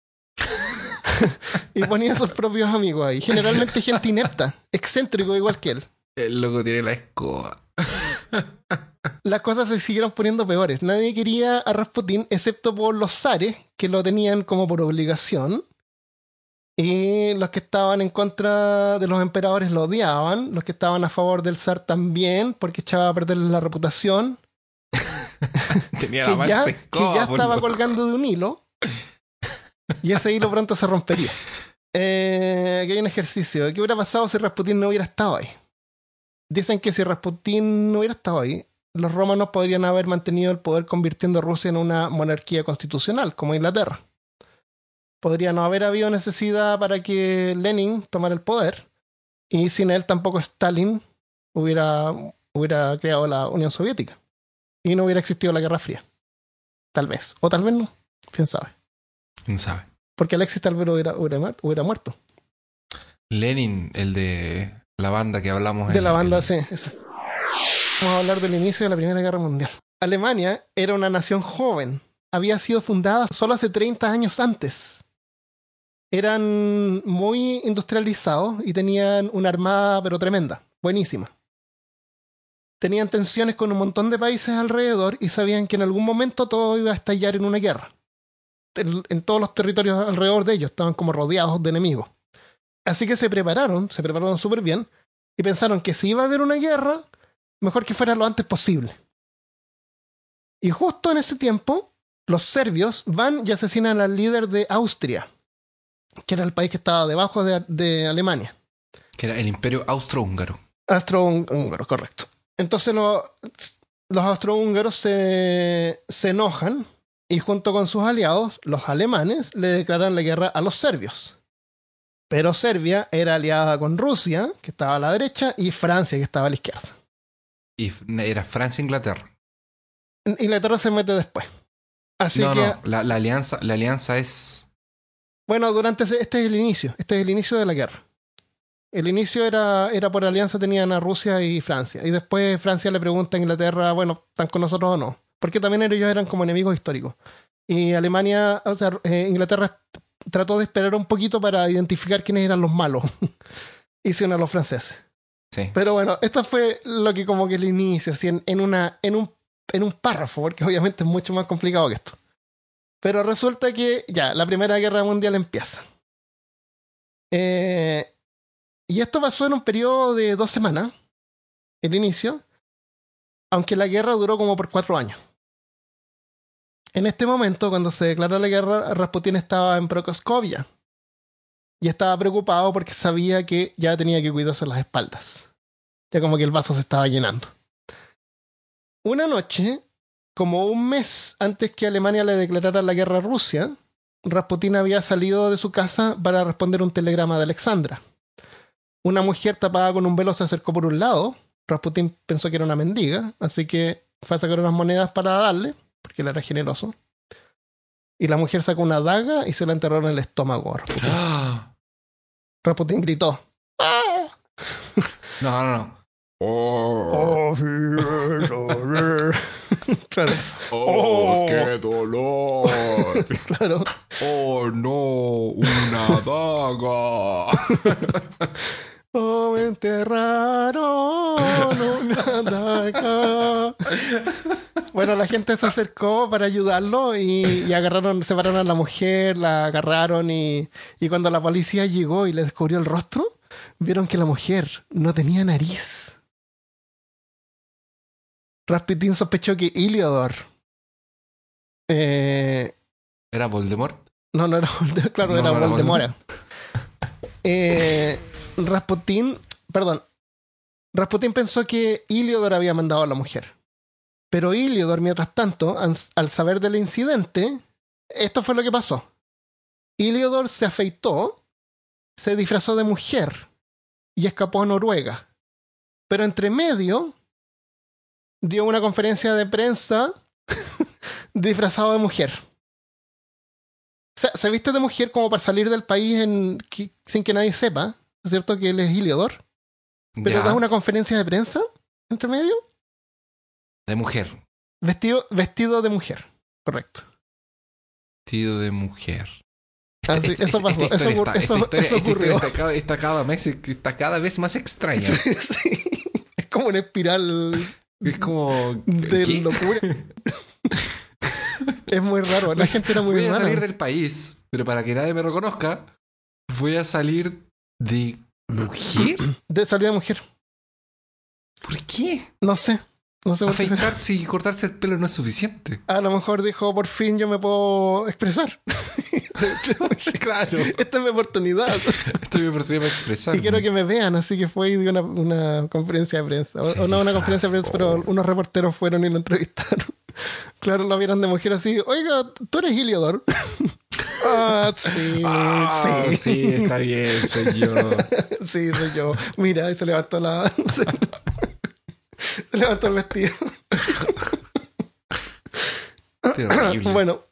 Y ponía a sus propios amigos ahí. Generalmente gente inepta, excéntrico igual que él. El loco tiene la escoba. Las cosas se siguieron poniendo peores. Nadie quería a Rasputín excepto por los zares, que lo tenían como por obligación. Y los que estaban en contra de los emperadores lo odiaban. Los que estaban a favor del zar también, porque echaba a perder la reputación. Tenía que, la ya, mansa escoba, que ya por estaba loco. colgando de un hilo. Y ese hilo pronto se rompería. Aquí hay un ejercicio. ¿Qué hubiera pasado si Rasputín no hubiera estado ahí? Dicen que si Rasputín no hubiera estado ahí, los romanos podrían haber mantenido el poder convirtiendo a Rusia en una monarquía constitucional, como Inglaterra. Podría no haber habido necesidad para que Lenin tomara el poder, y sin él tampoco Stalin hubiera creado la Unión Soviética. Y no hubiera existido la Guerra Fría. Tal vez. O tal vez no. ¿Quién sabe? ¿Quién sabe? Porque Alexis tal vez hubiera muerto. Lenin, el de la banda que hablamos. De la banda, sí. Esa. Vamos a hablar del inicio de la Primera Guerra Mundial. Alemania era una nación joven. Había sido fundada solo hace 30 años antes. Eran muy industrializados y tenían una armada pero tremenda. Buenísima. Tenían tensiones con un montón de países alrededor y sabían que en algún momento todo iba a estallar en una guerra. En todos los territorios alrededor de ellos estaban como rodeados de enemigos. Así que se prepararon súper bien y pensaron que si iba a haber una guerra, mejor que fuera lo antes posible. Y justo en ese tiempo, los serbios van y asesinan al líder de Austria, que era el país que estaba debajo de Alemania. Que era el Imperio Austrohúngaro. Austrohúngaro, correcto. Entonces los austrohúngaros se enojan y junto con sus aliados, los alemanes, le declaran la guerra a los serbios. Pero Serbia era aliada con Rusia, que estaba a la derecha, y Francia, que estaba a la izquierda. Y era Francia e Inglaterra. Inglaterra se mete después. Así no, que... no, la alianza es... Bueno, este es el inicio. Este es el inicio de la guerra. El inicio era por alianza, tenían a Rusia y Francia. Y después Francia le pregunta a Inglaterra, bueno, ¿están con nosotros o no? Porque también ellos eran como enemigos históricos. Y Alemania, o sea, Inglaterra trató de esperar un poquito para identificar quiénes eran los malos. Y se unen a los franceses. Sí. Pero bueno, esto fue lo que como que el inicio, así en un párrafo, porque obviamente es mucho más complicado que esto. Pero resulta que ya, la Primera Guerra Mundial empieza. Y esto pasó en un periodo de 2 semanas, el inicio, aunque la guerra duró como por 4 años. En este momento, cuando se declaró la guerra, Rasputín estaba en Prokoskovia y estaba preocupado porque sabía que ya tenía que cuidarse las espaldas. Ya como que el vaso se estaba llenando. Una noche, como un mes antes que Alemania le declarara la guerra a Rusia, Rasputín había salido de su casa para responder un telegrama de Alexandra. Una mujer tapada con un velo se acercó por un lado. Rasputín pensó que era una mendiga, así que fue a sacar unas monedas para darle, porque él era generoso. Y la mujer sacó una daga y se la enterró en el estómago a Rasputín. ¡Ah! Rasputín gritó. ¡Ah! No. Claro. ¡Oh, qué dolor! Claro. ¡Oh, no! ¡Una daga! Oh, me enterraron una daga. Bueno, la gente se acercó para ayudarlo y separaron a la mujer, la agarraron y cuando la policía llegó y le descubrió el rostro, vieron que la mujer no tenía nariz. Rasputín sospechó que Heliodor... ¿Era Voldemort? No era Voldemort, claro, era Voldemort. Rasputín pensó que Heliodor había mandado a la mujer. Pero Heliodor, mientras tanto, al saber del incidente, esto fue lo que pasó. Heliodor se afeitó, se disfrazó de mujer y escapó a Noruega. Pero entre medio dio una conferencia de prensa disfrazado de mujer. O sea, se viste de mujer como para salir del país sin que nadie sepa, ¿no es cierto? Que él es Heliodor. Pero da una conferencia de prensa entre medio. De mujer. Vestido de mujer, correcto. Vestido de mujer. Así, eso pasó, eso ocurrió. Está cada vez más extraña. Sí, es como una espiral Es como... de ¿qué? locura. Es muy raro, la gente era muy rara. Voy a salir del país, pero para que nadie me reconozca, voy a salir de mujer. Salió de mujer. ¿Por qué? No sé por qué será. Afeitarse y cortarse el pelo no es suficiente. A lo mejor dijo, por fin yo me puedo expresar. Claro. Esta es mi oportunidad. Esta es mi oportunidad para expresar. Y quiero que me vean, así que fue y dio una conferencia de prensa. O no una conferencia de prensa, pero unos reporteros fueron y lo entrevistaron. Claro, lo vieron de mujer así. Oiga, ¿tú eres Heliodor? Sí, sí. Sí, está bien, soy yo. Sí, soy yo. Mira, y se levantó se levantó el vestido. Terrible. Bueno.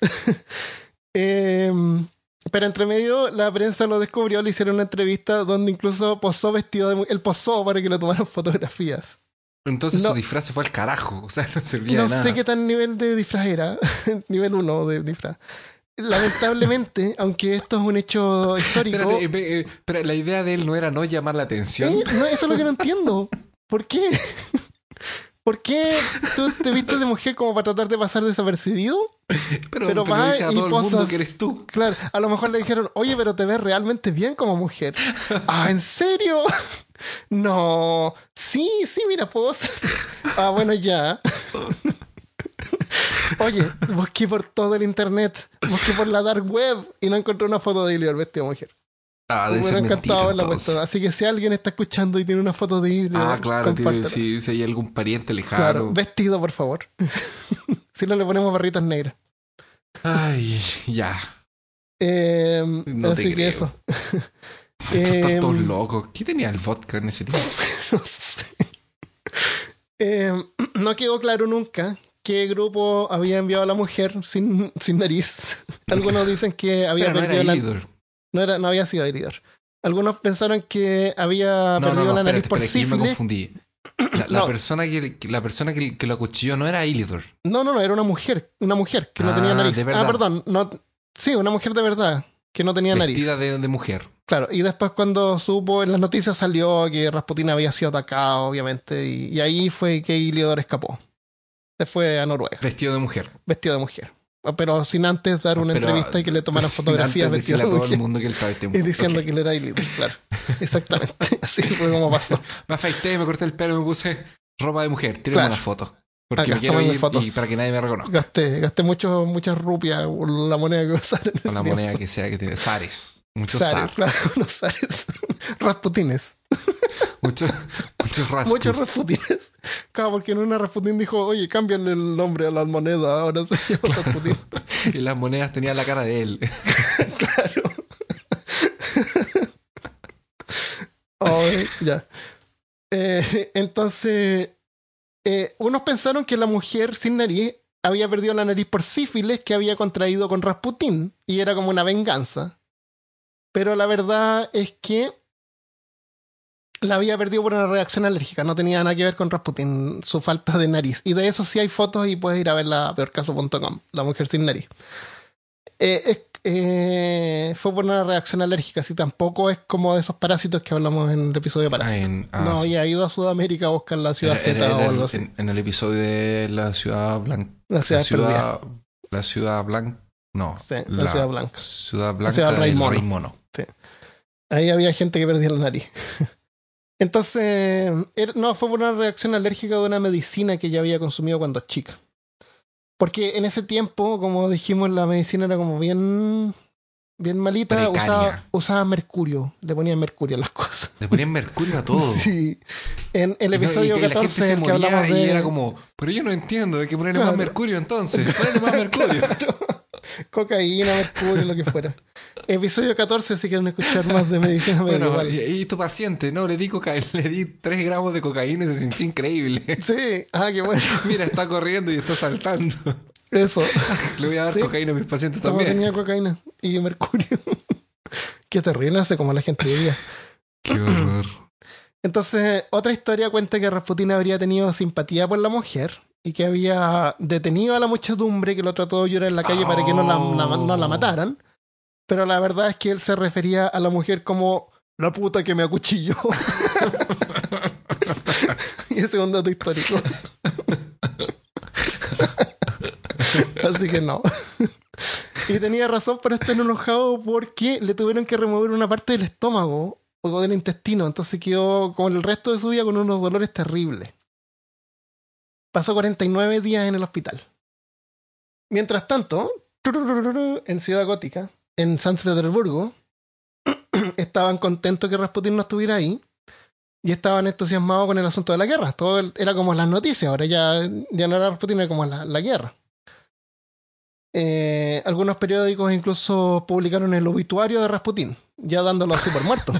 Pero entre medio la prensa lo descubrió, le hicieron una entrevista donde incluso posó vestido de mujer. Él posó para que le tomaran fotografías. Entonces No. su disfraz se fue al carajo. O sea, no servía No de nada. sé qué tan nivel de disfraz era. Nivel 1 de disfraz. Lamentablemente, aunque esto es un hecho histórico. Espérate, pero la idea de él no era no llamar la atención. No, eso es lo que no entiendo. ¿Por qué? ¿Por qué tú te vistes de mujer como para tratar de pasar desapercibido? Pero vas dice a y todo el mundo posas. que eres tú. Claro, a lo mejor le dijeron, oye, pero te ves realmente bien como mujer. Ah, ¿en serio? No. Sí, mira, posas. Ah, bueno, ya. Oye, busqué por todo el internet, busqué por la dark web y no encontré una foto de Ilior vestido de mujer. Ah, Me debe hubiera ser encantado mentira, haberla entonces. puesto. Así que si alguien está escuchando y tiene una foto de Ilior, Ah, claro, compártela. si hay algún pariente lejano. Claro, vestido, por favor. Si no le ponemos barritas negras. Ay, ya. No así te que creo. eso. Están todos locos. ¿Qué tenía el vodka en ese tiempo? No sé. No quedó claro nunca qué grupo había enviado a la mujer sin nariz. Algunos dicen que había Pero no perdido era la... Ilidor. No había sido Ilidor. Algunos pensaron que había perdido la nariz por espérate, que yo me sífilis. confundí. La No. persona que lo acuchilló no era Ilidor. No, era una mujer que no tenía nariz. de verdad. Perdón, sí, una mujer de verdad que no tenía nariz. Vestida de mujer. Claro, y después cuando supo, en las noticias salió que Rasputín había sido atacado, obviamente, y ahí fue que Iliodor escapó. Se fue a Noruega, Vestido de mujer. vestido de mujer. Pero sin antes dar una entrevista y que le tomaran sin fotografías antes vestido decirle de a todo mujer. el mundo que él estaba vestido de Y mujer. diciendo Ok. que él era Iliodor, claro. Exactamente, así fue como pasó. Me afeité, me corté el pelo, me puse ropa de mujer. Tírenme Claro. una foto. Porque Acá, me quiero tómame ir fotos. y para que nadie me reconozca. Gasté muchas rupias, la moneda que usaron. Con la moneda que sea que tiene. Zares. Muchos Zares, zar. claro, unos zares. Rasputines. Muchos rascus. Muchos Rasputines. Claro, porque en una Rasputín dijo, oye, cámbiale el nombre a las monedas, ahora se llama Rasputín. Y las monedas tenían la cara de él. Claro. Ya. Entonces, unos pensaron que la mujer sin nariz había perdido la nariz por sífilis que había contraído con Rasputín y era como una venganza. Pero la verdad es que la había perdido por una reacción alérgica. No tenía nada que ver con Rasputín, su falta de nariz. Y de eso sí hay fotos y puedes ir a verla a peorcaso.com, la mujer sin nariz. Fue por una reacción alérgica, si tampoco es como de esos parásitos que hablamos en el episodio de parásitos. No sí. había ido a Sudamérica a buscar la ciudad Z o algo así. En el episodio de la ciudad blanca. La ciudad perdida. La ciudad blanca. No. Sí, la ciudad blanca. Ciudad blanca La ciudad del Rey Rey Mono. Mono. Ahí había gente que perdía la nariz. Entonces, no, fue por una reacción alérgica de una medicina que ella había consumido cuando chica. Porque en ese tiempo, como dijimos, la medicina era como bien malita. Usaba mercurio. Le ponían mercurio a las cosas. Le ponían mercurio a todo. Sí. En el episodio y la gente 14, se el que moría hablamos de... y era como, pero yo no entiendo, hay que ponerle Claro. más mercurio entonces. Ponerle más mercurio. Claro. Cocaína, mercurio, lo que fuera. Episodio 14, si quieren escuchar más de medicina Bueno, medieval. y tu paciente, no, le di 3 gramos de cocaína y se sintió increíble. Sí, qué bueno. Mira, está corriendo y está saltando. Eso. Le voy a dar Sí. cocaína a mis pacientes Todo también. tenía cocaína y mercurio. Qué terrible, hace como la gente vivía. Qué horror. Entonces, otra historia cuenta que Rasputín habría tenido simpatía por la mujer y que había detenido a la muchedumbre que lo trató de llorar en la calle para que no la mataran. Pero la verdad es que él se refería a la mujer como la puta que me acuchilló. Y ese es un dato histórico. Así que no. Y tenía razón para estar enojado porque le tuvieron que remover una parte del estómago o del intestino. Entonces quedó como el resto de su vida con unos dolores terribles. Pasó 49 días en el hospital. Mientras tanto, en Ciudad Gótica, en San Petersburgo, estaban contentos que Rasputín no estuviera ahí y estaban entusiasmados con el asunto de la guerra. Todo era como las noticias, ahora ya no era Rasputín, era como la guerra. Algunos periódicos incluso publicaron el obituario de Rasputín, ya dándolo súper muerto.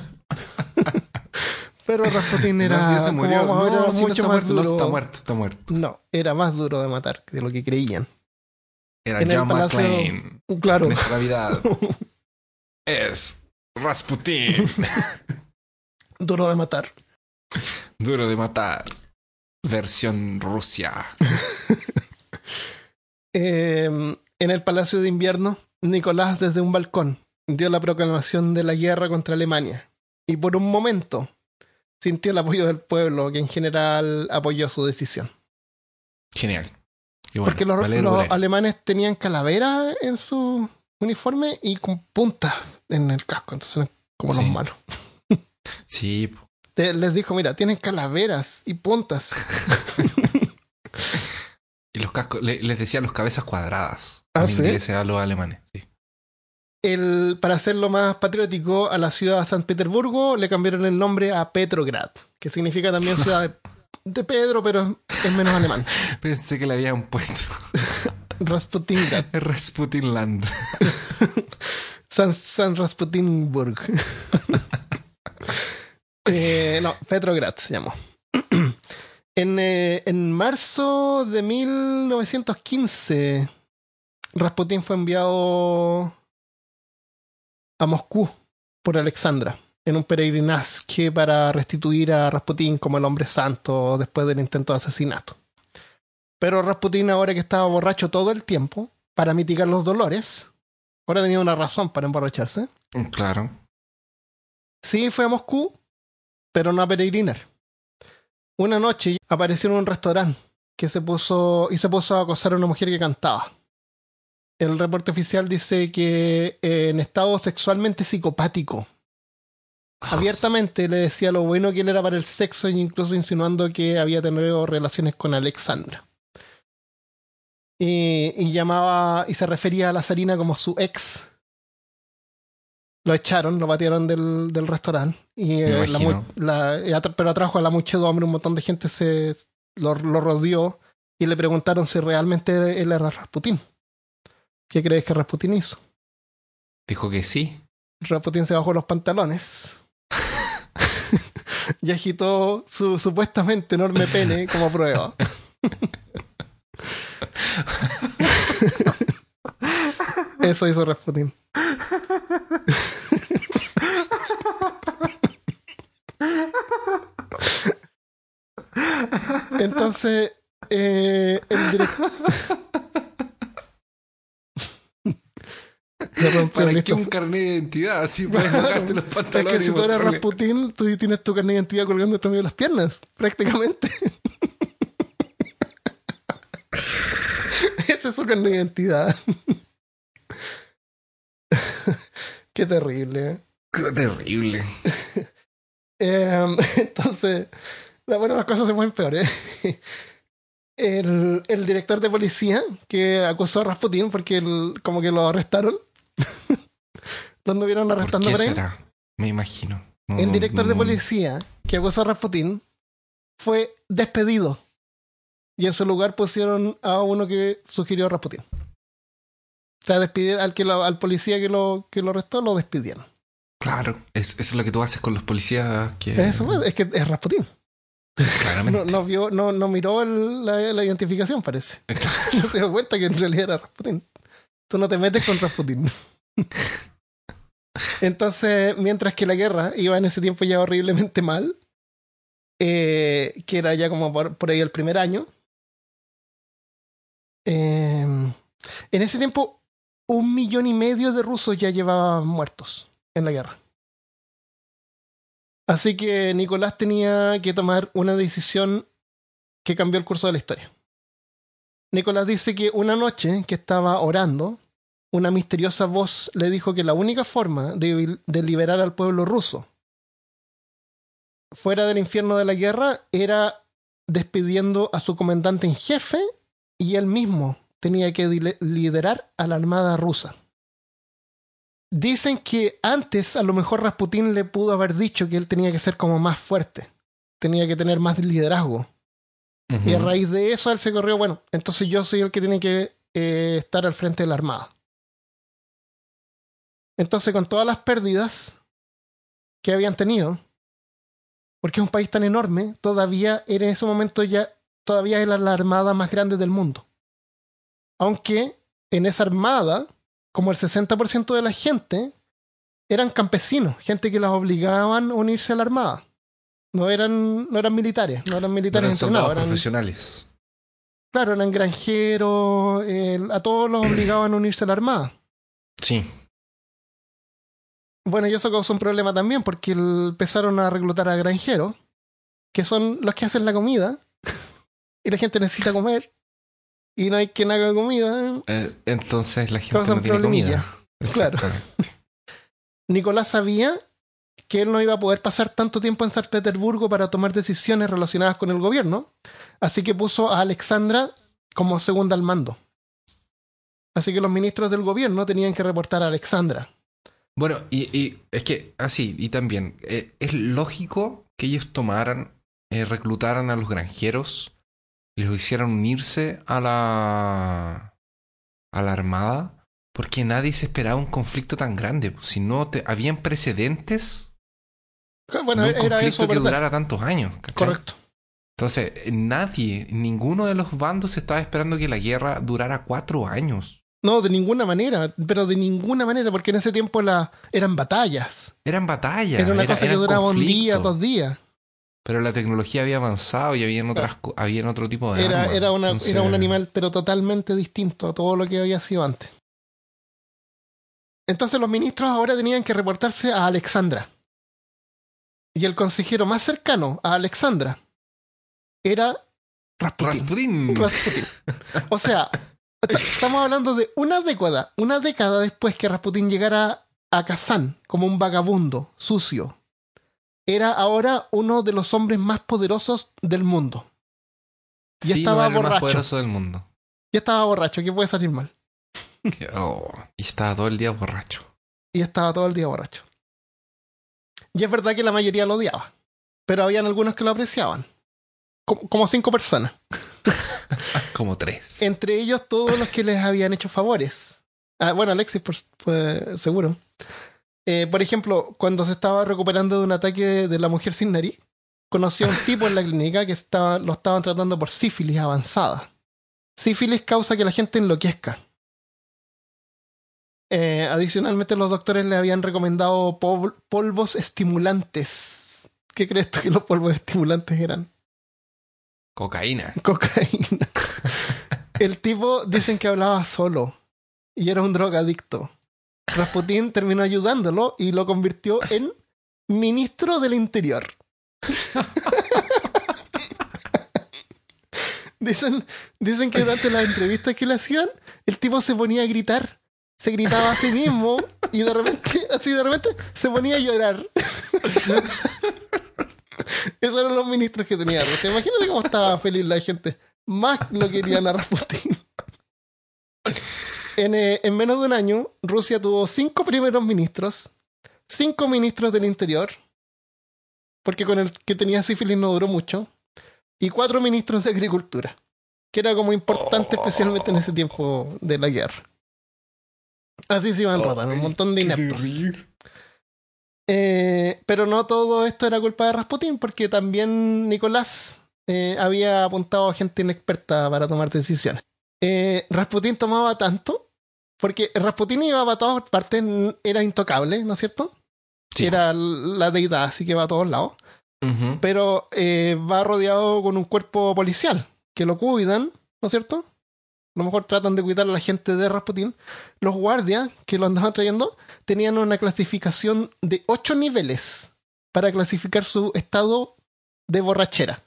Pero Rasputín era... No, si se murió. No, mucho más duro. No, está muerto. No, era más duro de matar de lo que creían. Era John McClane. Claro. En esta Navidad. Es Rasputín. Duro de matar. Duro de matar. Versión Rusia. En el Palacio de Invierno, Nicolás desde un balcón dio la proclamación de la guerra contra Alemania. Y por un momento sintió el apoyo del pueblo, que en general apoyó su decisión. Genial. Y bueno, porque los alemanes tenían calaveras en su uniforme y con puntas en el casco, entonces como los malos. Sí. Les dijo, mira, tienen calaveras y puntas. Y los cascos, les decía los cabezas cuadradas. ¿Ah, en sí? inglés a los alemanes, sí. Para hacerlo más patriótico, a la ciudad de San Petersburgo le cambiaron el nombre a Petrograd, que significa también ciudad de Pedro, pero es menos alemán. Pensé que le habían puesto Rasputingrad. Rasputinland. San Rasputinburg. No, Petrograd se llamó. En marzo de 1915, Rasputín fue enviado a Moscú por Alexandra en un peregrinaje para restituir a Rasputín como el hombre santo después del intento de asesinato. Pero Rasputín, ahora que estaba borracho todo el tiempo, para mitigar los dolores, ahora tenía una razón para emborracharse. Claro. Sí, fue a Moscú, pero no a peregrinar. Una noche apareció en un restaurante que se puso a acosar a una mujer que cantaba. El reporte oficial dice que en estado sexualmente psicopático. Abiertamente le decía lo bueno que él era para el sexo e incluso insinuando que había tenido relaciones con Alexandra. Y llamaba y se refería a la zarina como su ex. Lo echaron, lo batieron del restaurante. Y pero atrajo a la muchedumbre, un montón de gente lo rodeó y le preguntaron si realmente él era Rasputín. ¿Qué crees que Rasputín hizo? Dijo que sí. Rasputín se bajó los pantalones y agitó su supuestamente enorme pene como prueba. Eso hizo Rasputín. Entonces, el director... ¿Para qué un carnet de identidad? Así puedes bajarte los pantalones. Es que si tú eres Rasputín, tú tienes tu carnet de identidad colgando entre medio de las piernas, prácticamente. Ese es su carnet de identidad. Qué terrible, ¿eh? Qué terrible. Entonces, bueno, las cosas se ponen peores. El director de policía que acusó a Rasputín porque como que lo arrestaron. Lo anduvieron arrestando por ahí. Será? Me imagino. El director de policía que acusó a Rasputín fue despedido. Y en su lugar pusieron a uno que sugirió a Rasputín. O sea, al policía que lo arrestó lo despidieron. Claro, eso es lo que tú haces con los policías que... Eso es que es Rasputín. Claramente. No miró la identificación, parece. No se dio cuenta que en realidad era Rasputín. Tú no te metes con Rasputín. Entonces, mientras que la guerra iba en ese tiempo ya horriblemente mal, que era ya como por ahí el primer año, En ese tiempo, 1,5 millones de rusos ya llevaban muertos en la guerra. Así que Nicolás tenía que tomar una decisión que cambió el curso de la historia. Nicolás dice que una noche que estaba orando, una misteriosa voz le dijo que la única forma de liberar al pueblo ruso fuera del infierno de la guerra era despidiendo a su comandante en jefe, y él mismo tenía que liderar a la armada rusa. Dicen que antes a lo mejor Rasputín le pudo haber dicho que él tenía que ser como más fuerte, tenía que tener más liderazgo. Y a raíz de eso él se corrió, bueno, entonces yo soy el que tiene que estar al frente de la armada. Entonces, con todas las pérdidas que habían tenido, porque es un país tan enorme, todavía en ese momento todavía era la armada más grande del mundo. Aunque en esa armada, como el 60% de la gente eran campesinos, gente que las obligaban a unirse a la armada. No eran militares, no eran soldados entrenados, eran profesionales. Claro, eran granjeros, a todos los obligaban a unirse a la armada. Sí. Bueno, y eso causó un problema también, porque empezaron a reclutar a granjeros, que son los que hacen la comida, y la gente necesita comer, y no hay quien haga comida. Entonces la gente Causan no tiene comida. Claro. Nicolás sabía que él no iba a poder pasar tanto tiempo en San Petersburgo para tomar decisiones relacionadas con el gobierno, así que puso a Alexandra como segunda al mando. Así que los ministros del gobierno tenían que reportar a Alexandra. Bueno, y es que así, y también es lógico que ellos reclutaran a los granjeros y los hicieran unirse a la armada, porque nadie se esperaba un conflicto tan grande. Si no, habían precedentes. Bueno, de un era conflicto eso, que ¿verdad? durara tantos años, ¿cachai? Correcto. Entonces, ninguno de los bandos estaba esperando que la guerra durara 4 años. No, de ninguna manera, pero de ninguna manera, porque en ese tiempo eran batallas. Eran batallas. Era una cosa que duraba un día, 2 días. Pero la tecnología había avanzado y habían otro tipo de armas. Era un animal, pero totalmente distinto a todo lo que había sido antes. Entonces los ministros ahora tenían que reportarse a Alexandra. Y el consejero más cercano a Alexandra era Rasputín. O sea, estamos hablando de una década después que Rasputín llegara a Kazán como un vagabundo, sucio. Era ahora uno de los hombres más poderosos del mundo. Y sí, estaba no era el borracho. más poderoso del mundo. Y estaba borracho, ¿qué puede salir mal? Y estaba todo el día borracho. Y estaba todo el día borracho. Y es verdad que la mayoría lo odiaba, pero habían algunos que lo apreciaban. Como 5 personas. Como 3. Entre ellos todos los que les habían hecho favores. Bueno, Alexis, seguro. Por ejemplo, cuando se estaba recuperando de un ataque de la mujer sin nariz, conoció a un tipo en la clínica que lo estaban tratando por sífilis avanzada. Sífilis causa que la gente enloquezca. Adicionalmente, los doctores le habían recomendado polvos estimulantes. ¿Qué crees tú que los polvos estimulantes eran? Cocaína. El tipo dicen que hablaba solo y era un drogadicto. Rasputín terminó ayudándolo y lo convirtió en ministro del Interior. Dicen que durante las entrevistas que le hacían, el tipo se ponía a gritar. Se gritaba a sí mismo y de repente se ponía a llorar. Esos eran los ministros que tenía Rusia. Imagínate cómo estaba feliz la gente. Más lo querían a Rasputín. En menos de un año, Rusia tuvo 5 primeros ministros, 5 ministros del interior, porque con el que tenía sífilis no duró mucho, y 4 ministros de agricultura, que era como importante especialmente en ese tiempo de la guerra. Así se iban rotando, un montón de ineptos. Pero no todo esto era culpa de Rasputín, porque también Nicolás había apuntado a gente inexperta para tomar decisiones. Rasputín tomaba tanto, porque Rasputín iba para todas partes, era intocable, ¿no es cierto? Sí. Era la deidad, así que va a todos lados. Uh-huh. Pero va rodeado con un cuerpo policial, que lo cuidan, ¿no es cierto? lo mejor tratan de cuidar a la gente de Rasputín, los guardias que lo andaban trayendo tenían una clasificación de 8 niveles para clasificar su estado de borrachera.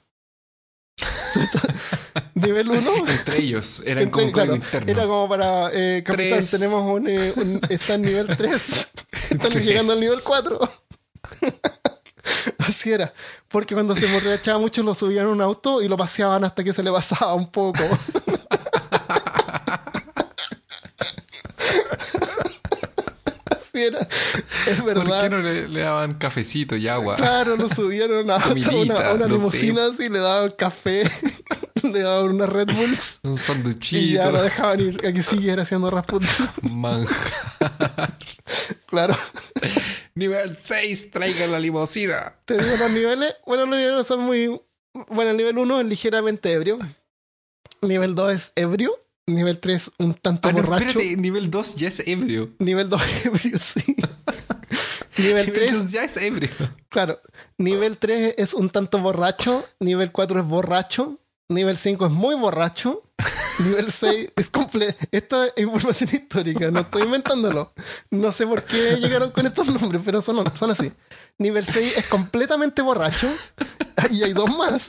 Nivel 1. Entre ellos, eran como código interno. Era como para, capitán, 3. Tenemos está en nivel 3. Están llegando al nivel 4. Así era. Porque cuando se emborrachaba mucho lo subían a un auto y lo paseaban hasta que se le pasaba un poco. Así era. Es verdad. ¿Por qué no le daban cafecito y agua? Claro, lo subían a una limusina así, le daban café. Le daban unas Red Bulls. Un sanduchito. Y ya lo dejaban ir a que siguiera haciendo Rasputin. Manjar. Claro. Nivel 6, traigan la limusina. Te digo los niveles. Bueno, los niveles son muy... Bueno, el nivel 1 es ligeramente ebrio. Nivel 2 es ebrio. Nivel 3 un tanto borracho. Espérate, nivel 2 ya es ebrio. Nivel 2 ebrio, sí. Nivel 3 ya es ebrio. Claro. Nivel 3 es un tanto borracho. Nivel 4 es borracho. Nivel 5 es muy borracho. Nivel 6 es completo. Esto es información histórica, no estoy inventándolo. No sé por qué llegaron con estos nombres, pero son así. Nivel 6 es completamente borracho. Y hay 2 más.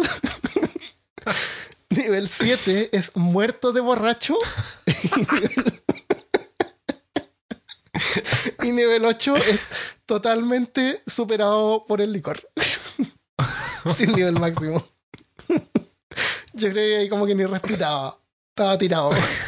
Nivel 7 es muerto de borracho. Y nivel 8 es totalmente superado por el licor. Sin nivel máximo. Yo creo que ahí como que ni respiraba. Estaba tirado.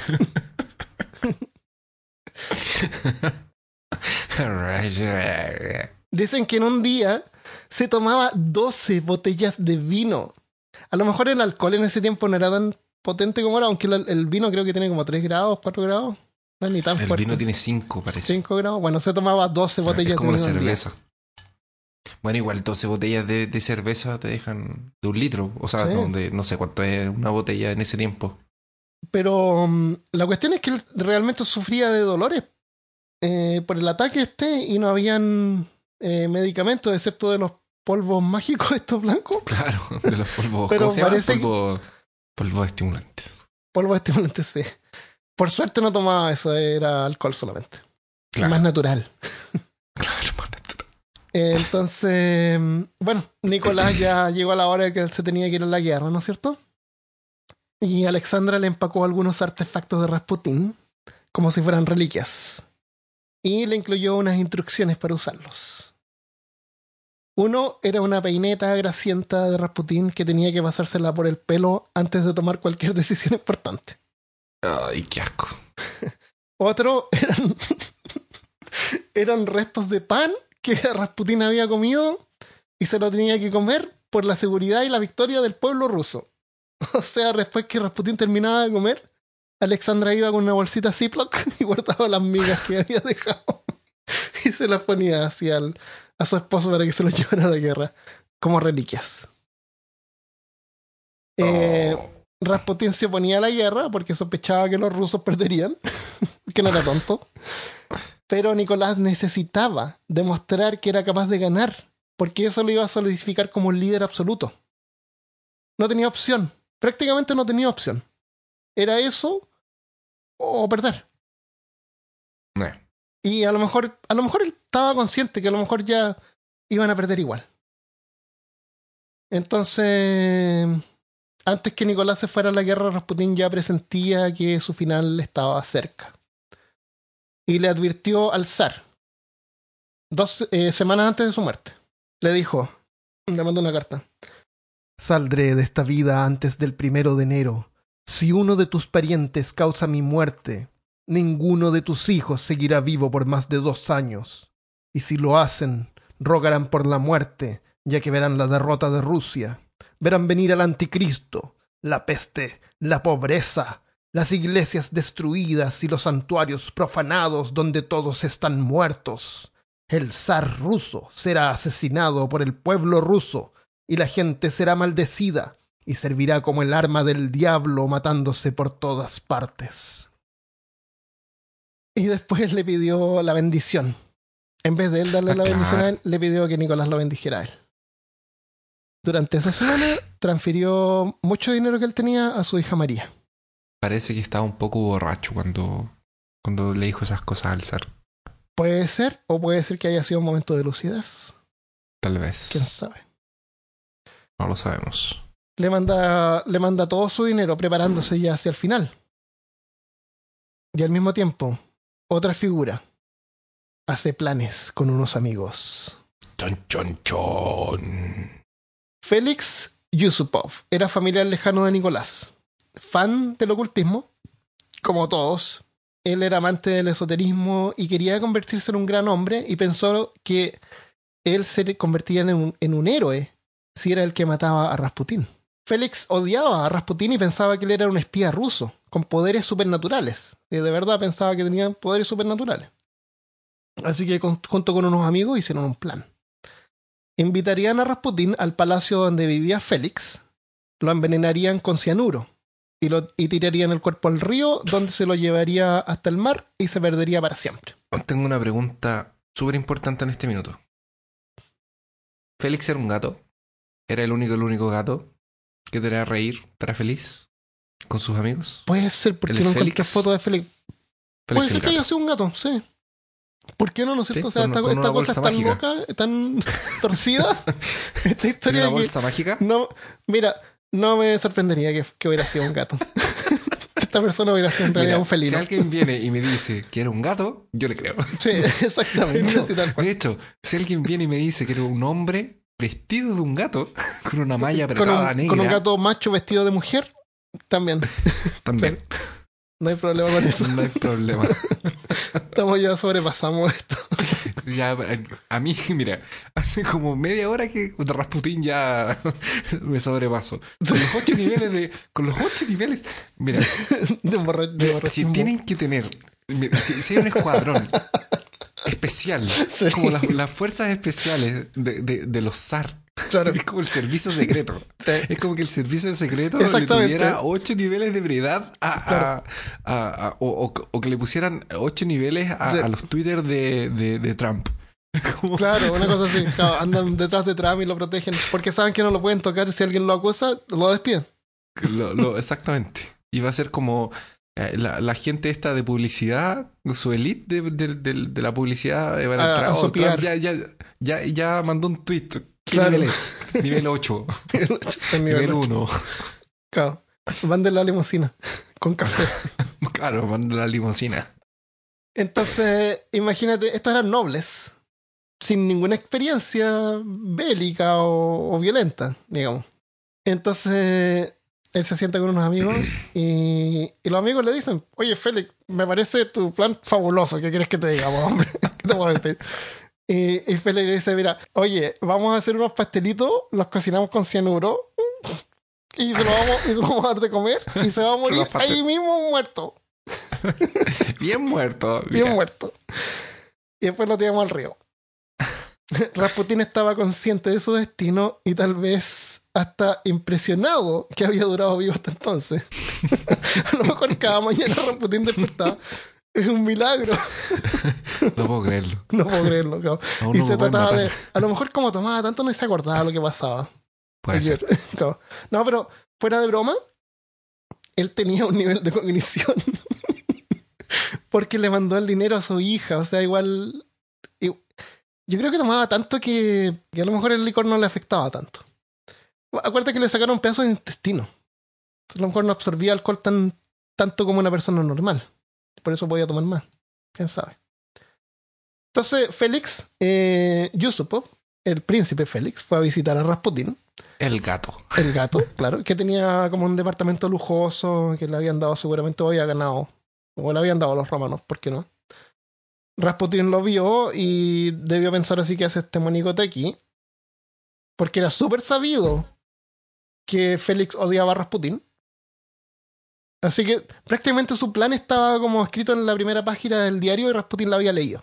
Dicen que en un día se tomaba 12 botellas de vino. A lo mejor el alcohol en ese tiempo no era tan potente como ahora, aunque el vino creo que tiene como 3 grados, 4 grados. No es ni tan fuerte. El vino tiene 5, parece. 5 grados. Bueno, se tomaba 12 botellas es como de vino. La cerveza. Bueno, igual 12 botellas de cerveza te dejan de 1 litro. O sea, sí. No sé cuánto es una botella en ese tiempo. Pero la cuestión es que él realmente sufría de dolores por el ataque y no habían medicamentos excepto de los polvos mágicos estos blancos. Claro, de los polvos. Pero ¿cómo se llama? parece Polvos estimulantes. Polvos estimulantes, sí. Por suerte no tomaba eso, era alcohol solamente. Claro. Más natural. Claro, más natural. Entonces, bueno, Nicolás ya llegó a la hora de que él se tenía que ir a la guerra, ¿no es cierto? Y Alexandra le empacó algunos artefactos de Rasputín, como si fueran reliquias. Y le incluyó unas instrucciones para usarlos. Uno era una peineta grasienta de Rasputín que tenía que pasársela por el pelo antes de tomar cualquier decisión importante. Ay, qué asco. Otro eran restos de pan que Rasputín había comido y se lo tenía que comer por la seguridad y la victoria del pueblo ruso. O sea, después que Rasputín terminaba de comer, Alexandra iba con una bolsita Ziploc y guardaba las migas que había dejado y se las ponía hacia a su esposo para que se lo llevara a la guerra como reliquias. Rasputín se oponía a la guerra porque sospechaba que los rusos perderían, que no era tonto. Pero Nicolás necesitaba demostrar que era capaz de ganar, porque eso lo iba a solidificar como un líder absoluto. No tenía opción, prácticamente no tenía opción. Era eso o perder. No. Y a lo mejor él estaba consciente que a lo mejor ya iban a perder igual. Entonces, antes que Nicolás se fuera a la guerra, Rasputín ya presentía que su final estaba cerca. Y le advirtió al zar, 2 semanas antes de su muerte. Le dijo, le mandó una carta. Saldré de esta vida antes del 1 de enero. Si uno de tus parientes causa mi muerte, ninguno de tus hijos seguirá vivo por más de 2 años. Y si lo hacen, rogarán por la muerte, ya que verán la derrota de Rusia. Verán venir al anticristo, la peste, la pobreza, las iglesias destruidas y los santuarios profanados donde todos están muertos. El zar ruso será asesinado por el pueblo ruso y la gente será maldecida y servirá como el arma del diablo matándose por todas partes. Y después le pidió la bendición. En vez de él darle la bendición a él, le pidió que Nicolás lo bendijera a él. Durante esa semana transfirió mucho dinero que él tenía a su hija María. Parece que estaba un poco borracho cuando le dijo esas cosas al zar. Puede ser, o puede ser que haya sido un momento de lucidez. Tal vez. ¿Quién sabe? No lo sabemos. Le manda todo su dinero preparándose ya hacia el final. Y al mismo tiempo, otra figura hace planes con unos amigos. Chon, chon, chon. Félix Yusupov era familiar lejano de Nicolás. Fan del ocultismo, como todos. Él era amante del esoterismo y quería convertirse en un gran hombre y pensó que él se convertía en un héroe si era el que mataba a Rasputín. Félix odiaba a Rasputín y pensaba que él era un espía ruso con poderes supernaturales. De verdad pensaba que tenía poderes supernaturales. Así que junto con unos amigos hicieron un plan. Invitarían a Rasputín al palacio donde vivía Félix, lo envenenarían con cianuro y tirarían el cuerpo al río, donde se lo llevaría hasta el mar y se perdería para siempre. Tengo una pregunta súper importante en este minuto. ¿Félix era un gato? ¿Era el único gato que te hará reír, estará feliz con sus amigos? Puede ser, porque no encontré fotos de Félix. Puede ser que haya sido un gato, sí. ¿Por qué no? ¿No es cierto? Sí, o sea, esta cosa es tan mágica. loca, tan torcida. Esta historia ¿Una bolsa mágica? No, mira, no me sorprendería que hubiera sido un gato. Esta persona hubiera sido en realidad un felino. Si alguien viene y me dice que era un gato, yo le creo. Sí, exactamente. No, sí, tal cual. de hecho, si alguien viene y me dice que era un hombre vestido de un gato, con una malla apretada negra. Con un gato macho vestido de mujer, también. También. No hay problema con eso. No hay problema. Ya sobrepasamos esto. Ya, a mí, mira, hace como media hora que Rasputín ya me sobrepaso. Con los 8 niveles, mira, si tienen que tener, si hay un escuadrón especial, sí, como las fuerzas especiales de los zar. Claro. Es como el servicio secreto. Sí. Es como que el servicio secreto le tuviera 8 niveles de ebriedad o que le pusieran 8 niveles a los Twitter de Trump. Como... Claro, una cosa así. Claro, andan detrás de Trump y lo protegen porque saben que no lo pueden tocar. Si alguien lo acusa, lo despiden. Exactamente. Y va a ser como la gente esta de publicidad, su elite de la publicidad van a entrar. Trump ya mandó un tweet. ¿Qué nivel es? Nivel 8. Nivel 1. Claro. Van de la limusina con café. Claro, van de la limusina. Entonces, imagínate, estos eran nobles, sin ninguna experiencia bélica o violenta, digamos. Entonces, él se sienta con unos amigos y los amigos le dicen: oye, Félix, me parece tu plan fabuloso. ¿Qué quieres que te digamos, hombre? ¿Qué te puedo decir? Y Félix le dice: mira, oye, vamos a hacer unos pastelitos, los cocinamos con cianuro y se lo vamos a dar de comer y se va a morir ahí mismo muerto. Bien muerto. Bien muerto. Y después lo tiramos al río. Rasputín estaba consciente de su destino y tal vez hasta impresionado que había durado vivo hasta entonces. A lo mejor cada mañana Rasputín despertaba. Es un milagro. No puedo creerlo. No puedo creerlo, claro. Y se trataba de... A lo mejor como tomaba tanto no se acordaba lo que pasaba. Puede ser. Claro. No, pero fuera de broma, él tenía un nivel de cognición. Porque le mandó el dinero a su hija. O sea, igual... Yo creo que tomaba tanto que a lo mejor el licor no le afectaba tanto. Acuérdate que le sacaron pedazos de intestino. Entonces, a lo mejor no absorbía alcohol tanto como una persona normal. Por eso podía tomar más. ¿Quién sabe? Entonces, Félix Yusupov, el príncipe Félix, fue a visitar a Rasputín. El gato. El gato, claro. Que tenía como un departamento lujoso que le habían dado, seguramente había ganado. O le habían dado a los romanos, ¿por qué no? Rasputín lo vio y debió pensar así: que hace este monigote aquí. Porque era súper sabido que Félix odiaba a Rasputín. Así que prácticamente su plan estaba como escrito en la primera página del diario y Rasputín la había leído.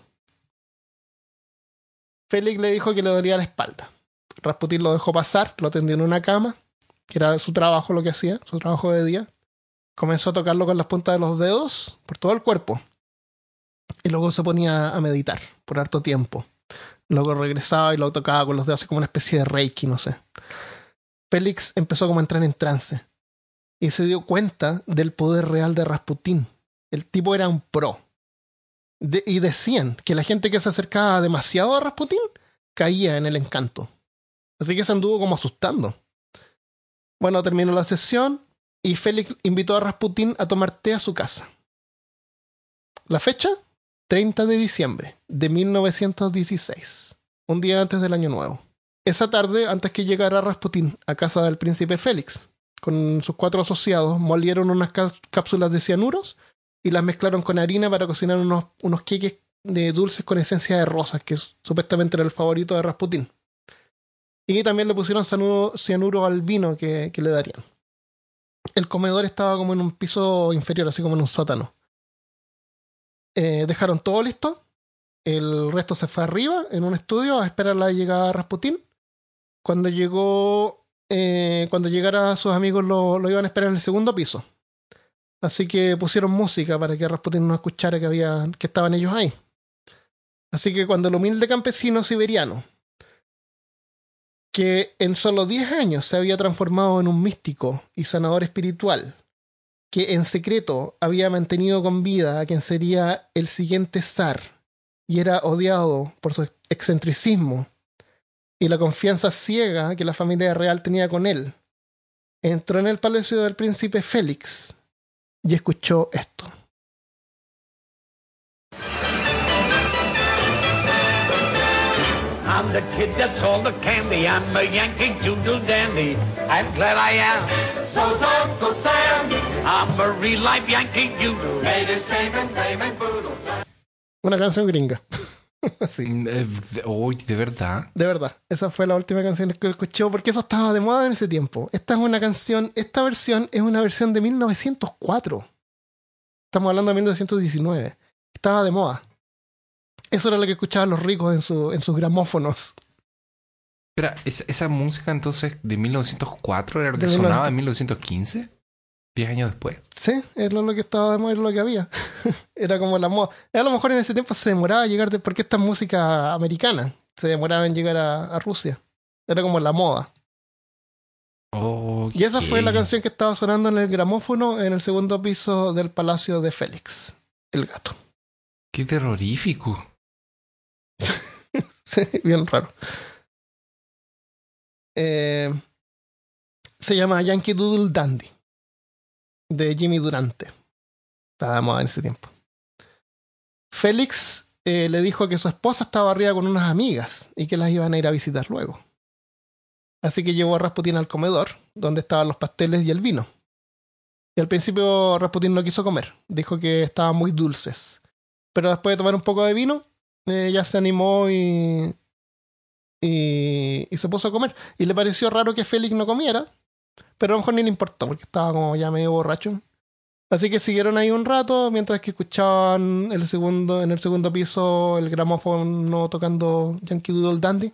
Félix le dijo que le dolía la espalda. Rasputín lo dejó pasar, lo tendió en una cama, que era su trabajo lo que hacía, su trabajo de día. Comenzó a tocarlo con las puntas de los dedos por todo el cuerpo. Y luego se ponía a meditar por harto tiempo. Luego regresaba y lo tocaba con los dedos, así como una especie de reiki, no sé. Félix empezó como a entrar en trance. y se dio cuenta del poder real de Rasputín. El tipo era un pro. Y decían que la gente que se acercaba demasiado a Rasputín caía en el encanto. Así que se anduvo como asustando. Bueno, terminó la sesión y Félix invitó a Rasputín a tomar té a su casa. La fecha, 30 de diciembre de 1916, un día antes del Año Nuevo. Esa tarde, antes que llegara Rasputín a casa del príncipe Félix, con sus 4 asociados, molieron unas cápsulas de cianuros y las mezclaron con harina para cocinar unos queques de dulces con esencia de rosas, que supuestamente era el favorito de Rasputín. Y también le pusieron cianuro al vino que le darían. El comedor estaba como en un piso inferior, así como en un sótano. Dejaron todo listo. El resto se fue arriba, en un estudio, a esperar la llegada de Rasputín. Cuando llegara sus amigos lo iban a esperar en el segundo piso. Así que pusieron música para que Rasputín no escuchara que estaban ellos ahí. Así que cuando el humilde campesino siberiano, que en solo 10 años se había transformado en un místico y sanador espiritual, que en secreto había mantenido con vida a quien sería el siguiente zar y era odiado por su excentricismo y la confianza ciega que la familia real tenía con él, entró en el palacio del príncipe Félix y escuchó esto. I'm the kid that's all the candy. I'm a Yankee Doodle Dandy. I'm glad I am. So's Uncle Sam. I'm a real life Yankee Doodle. Made his fame and fame and boodle. Una canción gringa. Sí. ¿De verdad? De verdad. Esa fue la última canción que escuché porque eso estaba de moda en ese tiempo. Esta versión es una versión de 1904. Estamos hablando de 1919. Estaba de moda. Eso era lo que escuchaban los ricos en sus gramófonos. Espera, ¿esa música entonces de 1904 era lo que sonaba en 1915? ¿10 años después? Sí, era lo que estaba de moda, era lo que había. Era como la moda. A lo mejor en ese tiempo se demoraba a llegar, porque esta es música americana. Se demoraba en llegar a Rusia. Era como la moda. Okay. Y esa fue la canción que estaba sonando en el gramófono en el segundo piso del palacio de Félix, el gato. ¡Qué terrorífico! Sí, bien raro. Se llama Yankee Doodle Dandy, de Jimmy Durante. Estaba de moda en ese tiempo. Félix le dijo que su esposa estaba arriba con unas amigas y que las iban a ir a visitar luego. Así que llevó a Rasputín al comedor, donde estaban los pasteles y el vino. Y al principio Rasputín no quiso comer. Dijo que estaban muy dulces. Pero después de tomar un poco de vino, ya se animó y se puso a comer. Y le pareció raro que Félix no comiera, pero a lo mejor ni le importó, porque estaba como ya medio borracho. Así que siguieron ahí un rato, mientras que escuchaban en el segundo piso el gramófono tocando Yankee Doodle Dandy.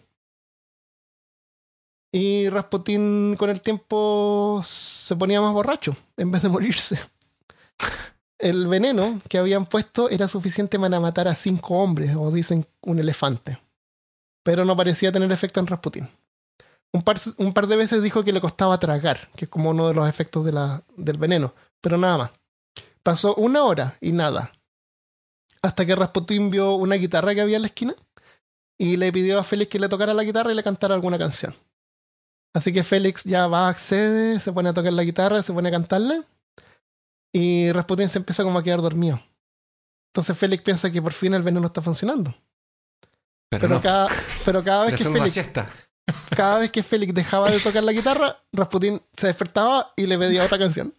Y Rasputín con el tiempo se ponía más borracho, en vez de morirse. El veneno que habían puesto era suficiente para matar a 5 hombres, o dicen un elefante. Pero no parecía tener efecto en Rasputín. Un par de veces dijo que le costaba tragar, que es como uno de los efectos del veneno, pero nada más. Pasó 1 hora y nada. Hasta que Rasputín vio una guitarra que había en la esquina y le pidió a Félix que le tocara la guitarra y le cantara alguna canción. Así que Félix ya va, accede, se pone a tocar la guitarra, se pone a cantarle. Y Rasputín se empieza como a quedar dormido. Entonces Félix piensa que por fin el veneno está funcionando. Pero cada vez que Félix dejaba de tocar la guitarra, Rasputín se despertaba y le pedía otra canción.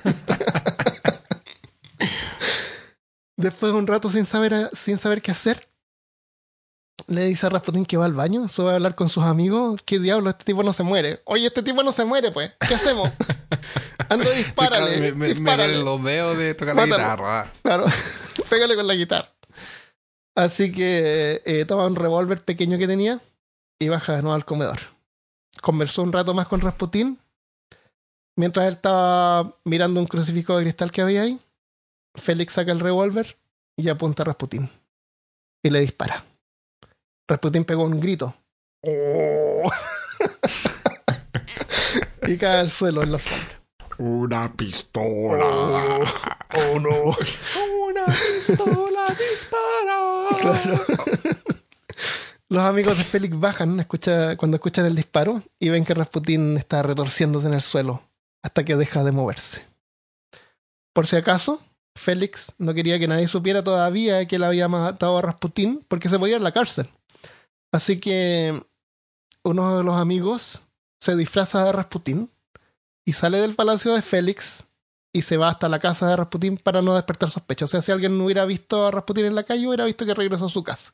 Después de un rato sin saber qué hacer, le dice a Rasputín que va al baño, sube a hablar con sus amigos. ¿Qué diablo? Este tipo no se muere. Oye, este tipo no se muere, pues. ¿Qué hacemos? Anda, dispárale. Me duelen los dedos de tocar la guitarra. Claro, pégale con la guitarra. Así que toma un revólver pequeño que tenía y baja de nuevo al comedor. Conversó un rato más con Rasputín mientras él estaba mirando un crucifijo de cristal que había ahí. Félix saca el revólver y apunta a Rasputín y le dispara. Rasputín pegó un grito. ¡Oh! Y cae al suelo en la alfombra. Una pistola. Oh no. Una pistola dispara. Claro. Los amigos de Félix bajan cuando escuchan el disparo y ven que Rasputín está retorciéndose en el suelo hasta que deja de moverse. Por si acaso, Félix no quería que nadie supiera todavía que él había matado a Rasputín porque se podía ir a la cárcel. Así que uno de los amigos se disfraza de Rasputín y sale del palacio de Félix y se va hasta la casa de Rasputín para no despertar sospechas. O sea, si alguien no hubiera visto a Rasputín en la calle, hubiera visto que regresó a su casa.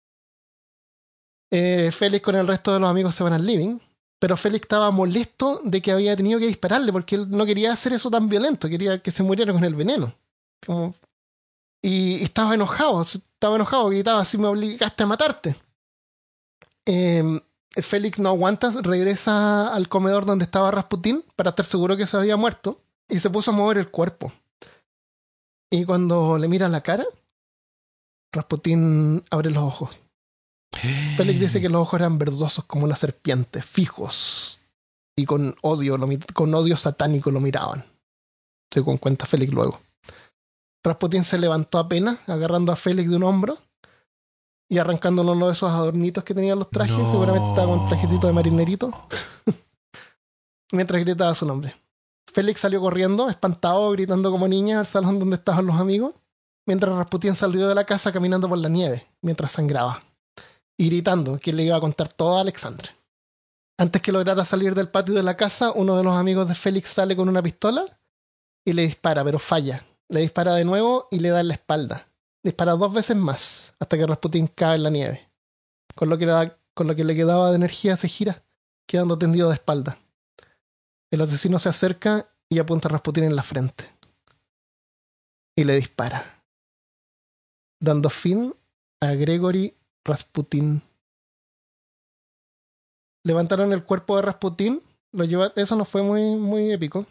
Félix con el resto de los amigos se van al living, pero Félix estaba molesto de que había tenido que dispararle porque él no quería hacer eso tan violento, quería que se muriera con el veneno. Y estaba enojado, gritaba: si me obligaste a matarte. Félix no aguanta, regresa al comedor donde estaba Rasputín para estar seguro que se había muerto y se puso a mover el cuerpo. Y cuando le mira la cara, Rasputín abre los ojos. Félix dice que los ojos eran verdosos como una serpiente, fijos y con odio satánico lo miraban, según cuenta Félix luego. Rasputín se levantó apenas, agarrando a Félix de un hombro y arrancándole uno de esos adornitos que tenían los trajes. No. Seguramente estaba con un trajecito de marinerito. Mientras gritaba su nombre. Félix salió corriendo, espantado, gritando como niña al salón donde estaban los amigos, mientras Rasputín salió de la casa caminando por la nieve, mientras sangraba, y gritando que le iba a contar todo a Alexandre. Antes que lograra salir del patio de la casa, uno de los amigos de Félix sale con una pistola y le dispara, pero falla. Le dispara de nuevo y le da en la espalda. Dispara 2 veces más, hasta que Rasputín cae en la nieve. Con lo que le quedaba de energía se gira, quedando tendido de espalda. El asesino se acerca y apunta a Rasputín en la frente. Y le dispara, dando fin a Gregory Rasputín. Levantaron el cuerpo de Rasputín. Eso no fue muy épico.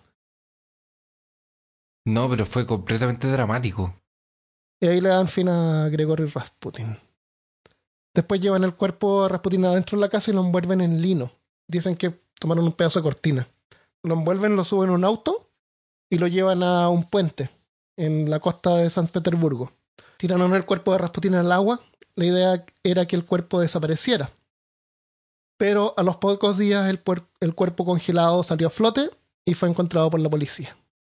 No, pero fue completamente dramático. Y ahí le dan fin a Gregory Rasputín. Después llevan el cuerpo de Rasputín adentro de la casa y lo envuelven en lino. Dicen que tomaron un pedazo de cortina. Lo envuelven, lo suben en un auto y lo llevan a un puente en la costa de San Petersburgo. Tiraron el cuerpo de Rasputín al agua. La idea era que el cuerpo desapareciera. Pero a los pocos días el cuerpo congelado salió a flote y fue encontrado por la policía.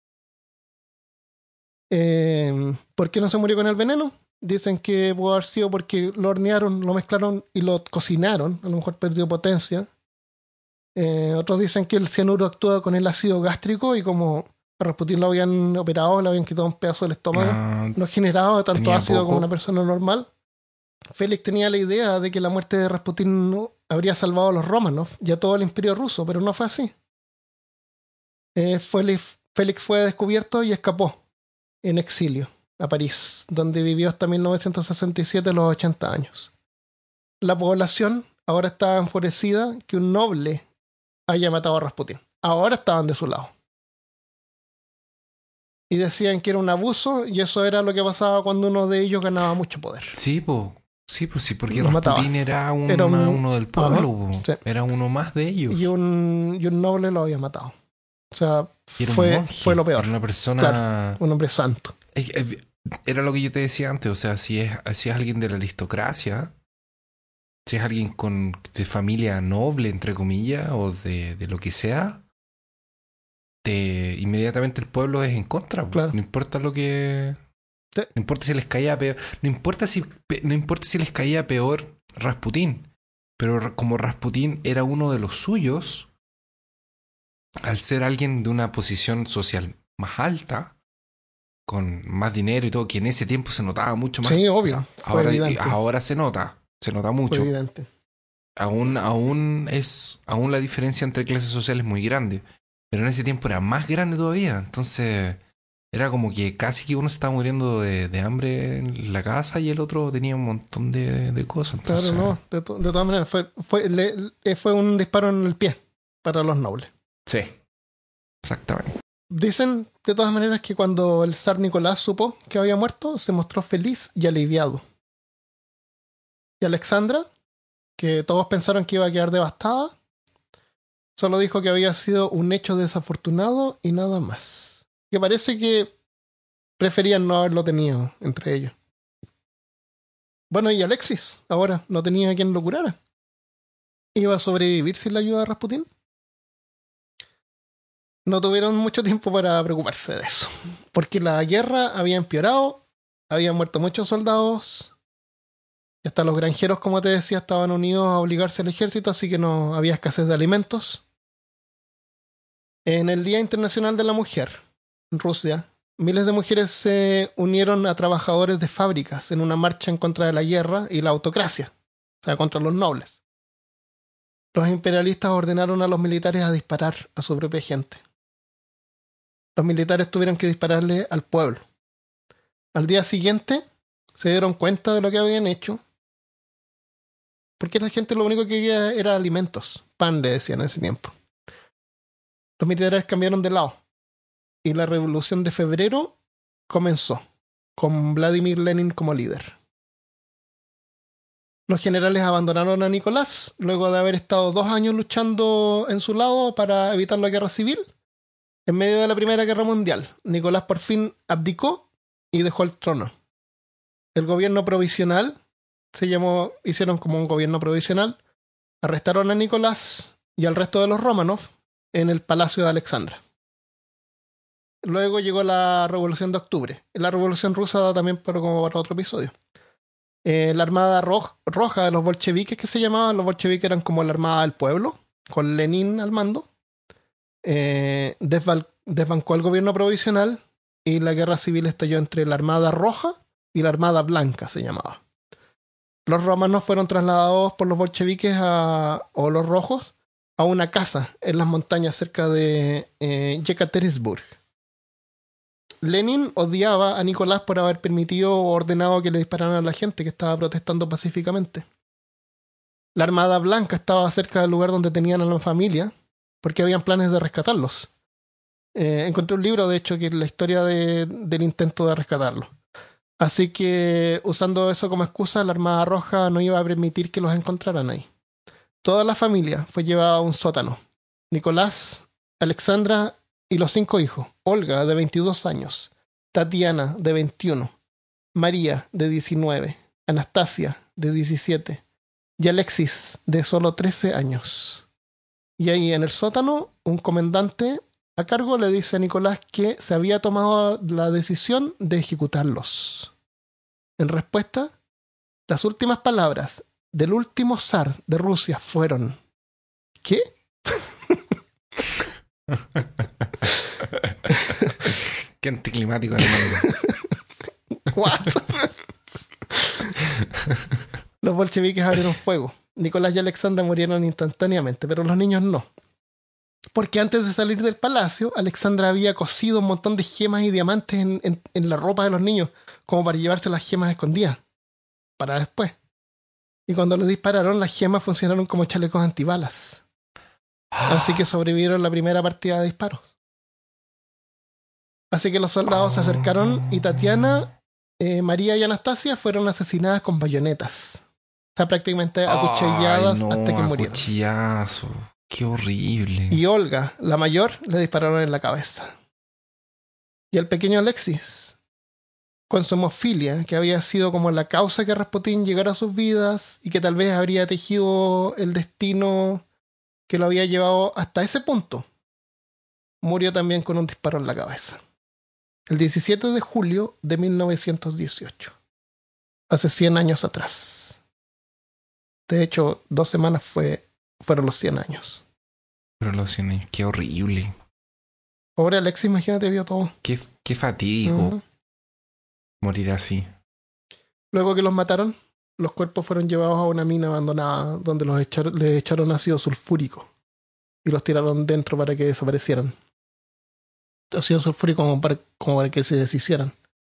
¿Por qué no se murió con el veneno? Dicen que pudo haber sido porque lo hornearon, lo mezclaron y lo cocinaron. A lo mejor perdió potencia. Otros dicen que el cianuro actúa con el ácido gástrico y como a Rasputín lo habían operado, le habían quitado un pedazo del estómago, no generaba tanto ácido como una persona normal. Félix tenía la idea de que la muerte de Rasputín habría salvado a los Romanov y a todo el imperio ruso, pero no fue así. Félix fue descubierto y escapó en exilio a París, donde vivió hasta 1967, los 80 años. La población ahora estaba enfurecida que un noble haya matado a Rasputín. Ahora estaban de su lado. Y decían que era un abuso y eso era lo que pasaba cuando uno de ellos ganaba mucho poder. Sí, sí, porque Rasputín era uno del pueblo. Sí. Era uno más de ellos. Y un noble lo había matado. O sea, fue lo peor. Era una persona... Claro, un hombre santo. Era lo que yo te decía antes. O sea, si es alguien de la aristocracia, si es alguien de familia noble, entre comillas, o de lo que sea, inmediatamente el pueblo es en contra. Claro. No importa lo que... No importa si les caía peor. No importa si les caía peor Rasputín. Pero como Rasputín era uno de los suyos, al ser alguien de una posición social más alta, con más dinero y todo, que en ese tiempo se notaba mucho más. Sí, obvio. O sea, ahora se nota mucho. Fue evidente. Aún la diferencia entre clases sociales es muy grande. Pero en ese tiempo era más grande todavía. Entonces era como que casi que uno se estaba muriendo de hambre en la casa y el otro tenía un montón de cosas. Entonces... Claro, no. De todas maneras, fue un disparo en el pie para los nobles. Sí, exactamente. Dicen de todas maneras que cuando el zar Nicolás supo que había muerto, se mostró feliz y aliviado. Y Alexandra, que todos pensaron que iba a quedar devastada, Solo dijo que había sido un hecho desafortunado y nada más. Que parece que preferían no haberlo tenido entre ellos. Bueno, y Alexis, ahora no tenía quien lo curara. ¿Iba a sobrevivir sin la ayuda de Rasputín? No tuvieron mucho tiempo para preocuparse de eso, porque la guerra había empeorado, habían muerto muchos soldados, y hasta los granjeros, como te decía, estaban unidos a obligarse al ejército, así que no había escasez de alimentos. En el Día Internacional de la Mujer, en Rusia, miles de mujeres se unieron a trabajadores de fábricas en una marcha en contra de la guerra y la autocracia, o sea, contra los nobles. Los imperialistas ordenaron a los militares a disparar a su propia gente. Los militares tuvieron que dispararle al pueblo. Al día siguiente se dieron cuenta de lo que habían hecho, porque la gente lo único que quería era alimentos, pan le decían en ese tiempo. Los militares cambiaron de lado y la Revolución de Febrero comenzó, con Vladimir Lenin como líder. Los generales abandonaron a Nicolás luego de haber estado 2 años luchando en su lado para evitar la guerra civil. En medio de la Primera Guerra Mundial, Nicolás por fin abdicó y dejó el trono. El gobierno provisional hicieron como un gobierno provisional, arrestaron a Nicolás y al resto de los Románov en el Palacio de Alexandra. Luego llegó la Revolución de Octubre. La Revolución Rusa da también como para otro episodio. La Armada Roja de los bolcheviques, que se llamaban, los bolcheviques eran como la Armada del Pueblo, con Lenin al mando. Desbancó al gobierno provisional y la guerra civil estalló entre la Armada Roja y la Armada Blanca, se llamaba. Los romanos fueron trasladados por los bolcheviques o los rojos a una casa en las montañas cerca de Yekaterinburg. Lenin odiaba a Nicolás por haber permitido o ordenado que le dispararan a la gente que estaba protestando pacíficamente. La Armada Blanca estaba cerca del lugar donde tenían a la familia, porque habían planes de rescatarlos. Encontré un libro, de hecho, que es la historia del intento de rescatarlos. Así que, usando eso como excusa, la Armada Roja no iba a permitir que los encontraran ahí. Toda la familia fue llevada a un sótano. Nicolás, Alexandra y los 5 hijos. Olga, de 22 años. Tatiana, de 21. María, de 19. Anastasia, de 17. Y Alexis, de solo 13 años. Y ahí en el sótano, un comandante a cargo le dice a Nicolás que se había tomado la decisión de ejecutarlos. En respuesta, las últimas palabras del último zar de Rusia fueron: ¿qué? Qué anticlimático, Alemania. ¿What? Los bolcheviques abrieron fuego. Nicolás y Alexandra murieron instantáneamente, pero los niños no. Porque antes de salir del palacio, Alexandra había cosido un montón de gemas y diamantes en la ropa de los niños, como para llevarse las gemas escondidas, para después. Y cuando le dispararon, las gemas funcionaron como chalecos antibalas. Así que sobrevivieron la primera partida de disparos. Así que los soldados se acercaron y Tatiana, María y Anastasia fueron asesinadas con bayonetas. O sea, prácticamente acuchilladas hasta que murieron. Cuchillazo. Qué horrible. Y Olga, la mayor, le dispararon en la cabeza. Y el pequeño Alexis, con su hemofilia, que había sido como la causa que Rasputín llegara a sus vidas y que tal vez habría tejido el destino que lo había llevado hasta ese punto, murió también con un disparo en la cabeza. El 17 de julio de 1918. Hace 100 años atrás. De hecho, 2 semanas fueron los 100 años. Pero los 100 años, qué horrible. Pobre Alexis, imagínate, vio todo. Qué fatídico morir así. Luego que los mataron, los cuerpos fueron llevados a una mina abandonada donde les echaron ácido sulfúrico y los tiraron dentro para que desaparecieran. Ácido sulfúrico como para que se deshicieran.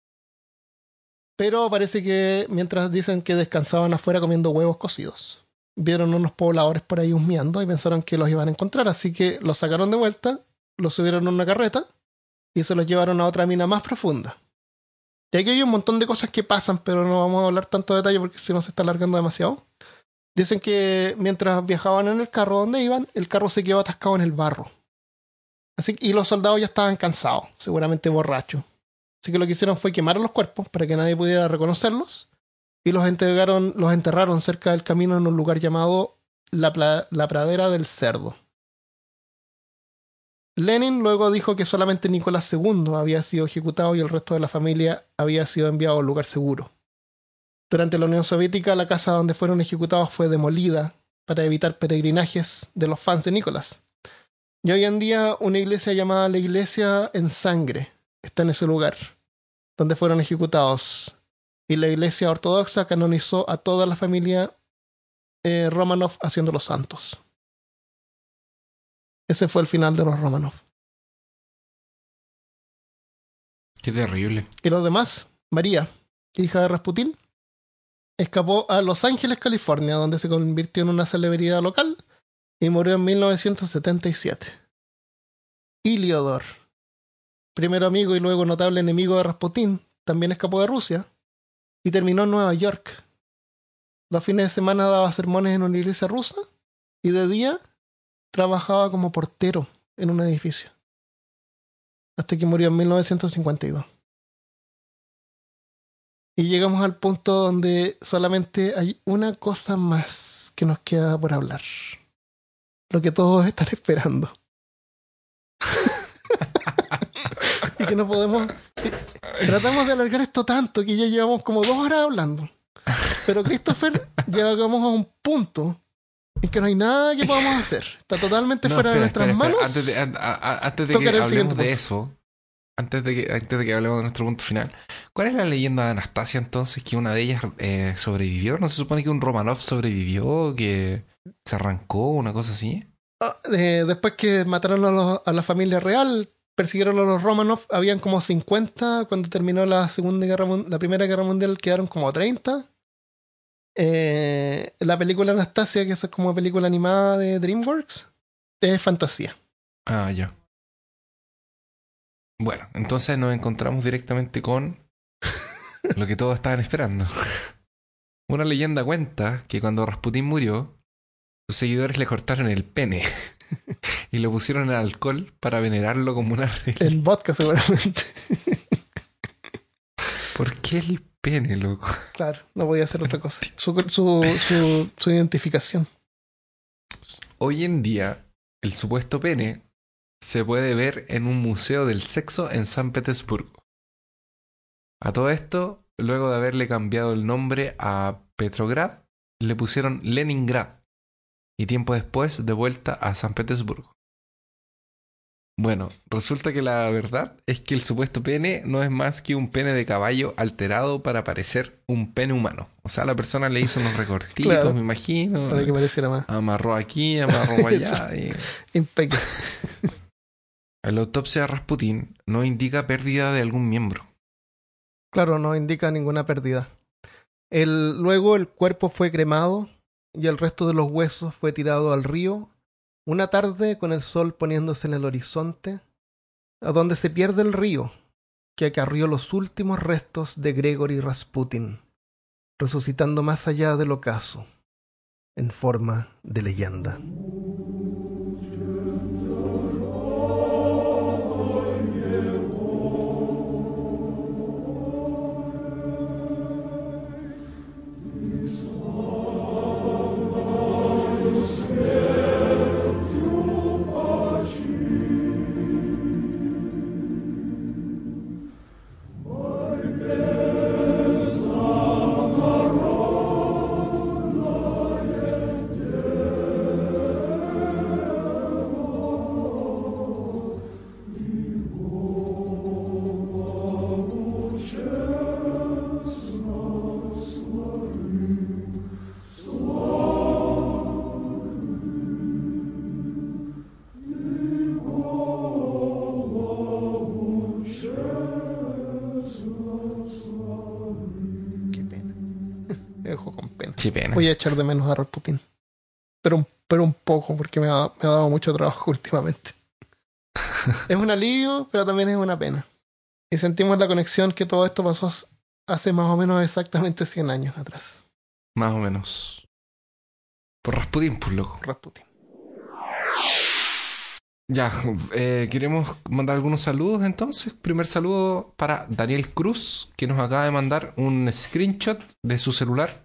Pero parece que mientras dicen que descansaban afuera comiendo huevos cocidos, vieron unos pobladores por ahí husmeando y pensaron que los iban a encontrar, así que los sacaron de vuelta, los subieron en una carreta y se los llevaron a otra mina más profunda. Y aquí hay un montón de cosas que pasan, pero no vamos a hablar tanto de detalle porque si no se está alargando demasiado. Dicen que mientras viajaban en el carro donde iban, el carro se quedó atascado en el barro. Y los soldados ya estaban cansados, seguramente borrachos. Así que lo que hicieron fue quemar los cuerpos para que nadie pudiera reconocerlos y los enterraron cerca del camino en un lugar llamado la Pradera del Cerdo. Lenin luego dijo que solamente Nicolás II había sido ejecutado y el resto de la familia había sido enviado a un lugar seguro. Durante la Unión Soviética, la casa donde fueron ejecutados fue demolida para evitar peregrinajes de los fans de Nicolás. Y hoy en día una iglesia llamada la Iglesia en Sangre está en ese lugar, donde fueron ejecutados. Y la Iglesia Ortodoxa canonizó a toda la familia Romanov haciéndolos santos. Ese fue el final de los Romanov. Qué terrible. Y los demás, María, hija de Rasputín, escapó a Los Ángeles, California, donde se convirtió en una celebridad local y murió en 1977. Iliodor, primero amigo y luego notable enemigo de Rasputín, también escapó de Rusia y terminó en Nueva York. Los fines de semana daba sermones en una iglesia rusa y de día trabajaba como portero en un edificio. Hasta que murió en 1952. Y llegamos al punto donde solamente hay una cosa más que nos queda por hablar. Lo que todos están esperando. Y que no podemos... Tratamos de alargar esto tanto que ya llevamos como 2 horas hablando. Pero Christopher, llegamos a un punto en que no hay nada que podamos hacer. Está totalmente fuera de nuestras manos. Antes de que hablemos de eso, antes de que hablemos de nuestro punto final, ¿cuál es la leyenda de Anastasia entonces? Que una de ellas sobrevivió. ¿No se supone que un Romanov sobrevivió? ¿Que se arrancó? ¿Una cosa así? Después que mataron a la familia real, persiguieron a los Romanov. Habían como 50. Cuando terminó la Primera Guerra Mundial quedaron como 30. La película Anastasia, que es como película animada de DreamWorks, es fantasía. Ah, ya. Bueno, entonces nos encontramos directamente con lo que todos estaban esperando. Una leyenda cuenta que cuando Rasputín murió, sus seguidores le cortaron el pene y lo pusieron en alcohol para venerarlo como una reliquia. En vodka, seguramente. ¿Por qué el pene, loco? Claro, no podía hacer otra cosa. Su identificación. Hoy en día, el supuesto pene se puede ver en un museo del sexo en San Petersburgo. A todo esto, luego de haberle cambiado el nombre a Petrograd, le pusieron Leningrad y tiempo después de vuelta a San Petersburgo. Bueno, resulta que la verdad es que el supuesto pene no es más que un pene de caballo alterado para parecer un pene humano. O sea, la persona le hizo unos recortitos, claro, me imagino. Para que pareciera más. Amarró aquí, amarró allá. Impecable. La autopsia de Rasputín no indica pérdida de algún miembro. Claro, no indica ninguna pérdida. Luego el cuerpo fue cremado y el resto de los huesos fue tirado al río. Una tarde con el sol poniéndose en el horizonte, a donde se pierde el río que acarrió los últimos restos de Gregory Rasputin, resucitando más allá del ocaso, en forma de leyenda. Voy a echar de menos a Rasputin. Pero un poco, porque me ha dado mucho trabajo últimamente. Es un alivio, pero también es una pena. Y sentimos la conexión que todo esto pasó hace más o menos exactamente 100 años atrás. Más o menos. Por Rasputín, pues loco. Rasputin. Ya, queremos mandar algunos saludos entonces. Primer saludo para Daniel Cruz, que nos acaba de mandar un screenshot de su celular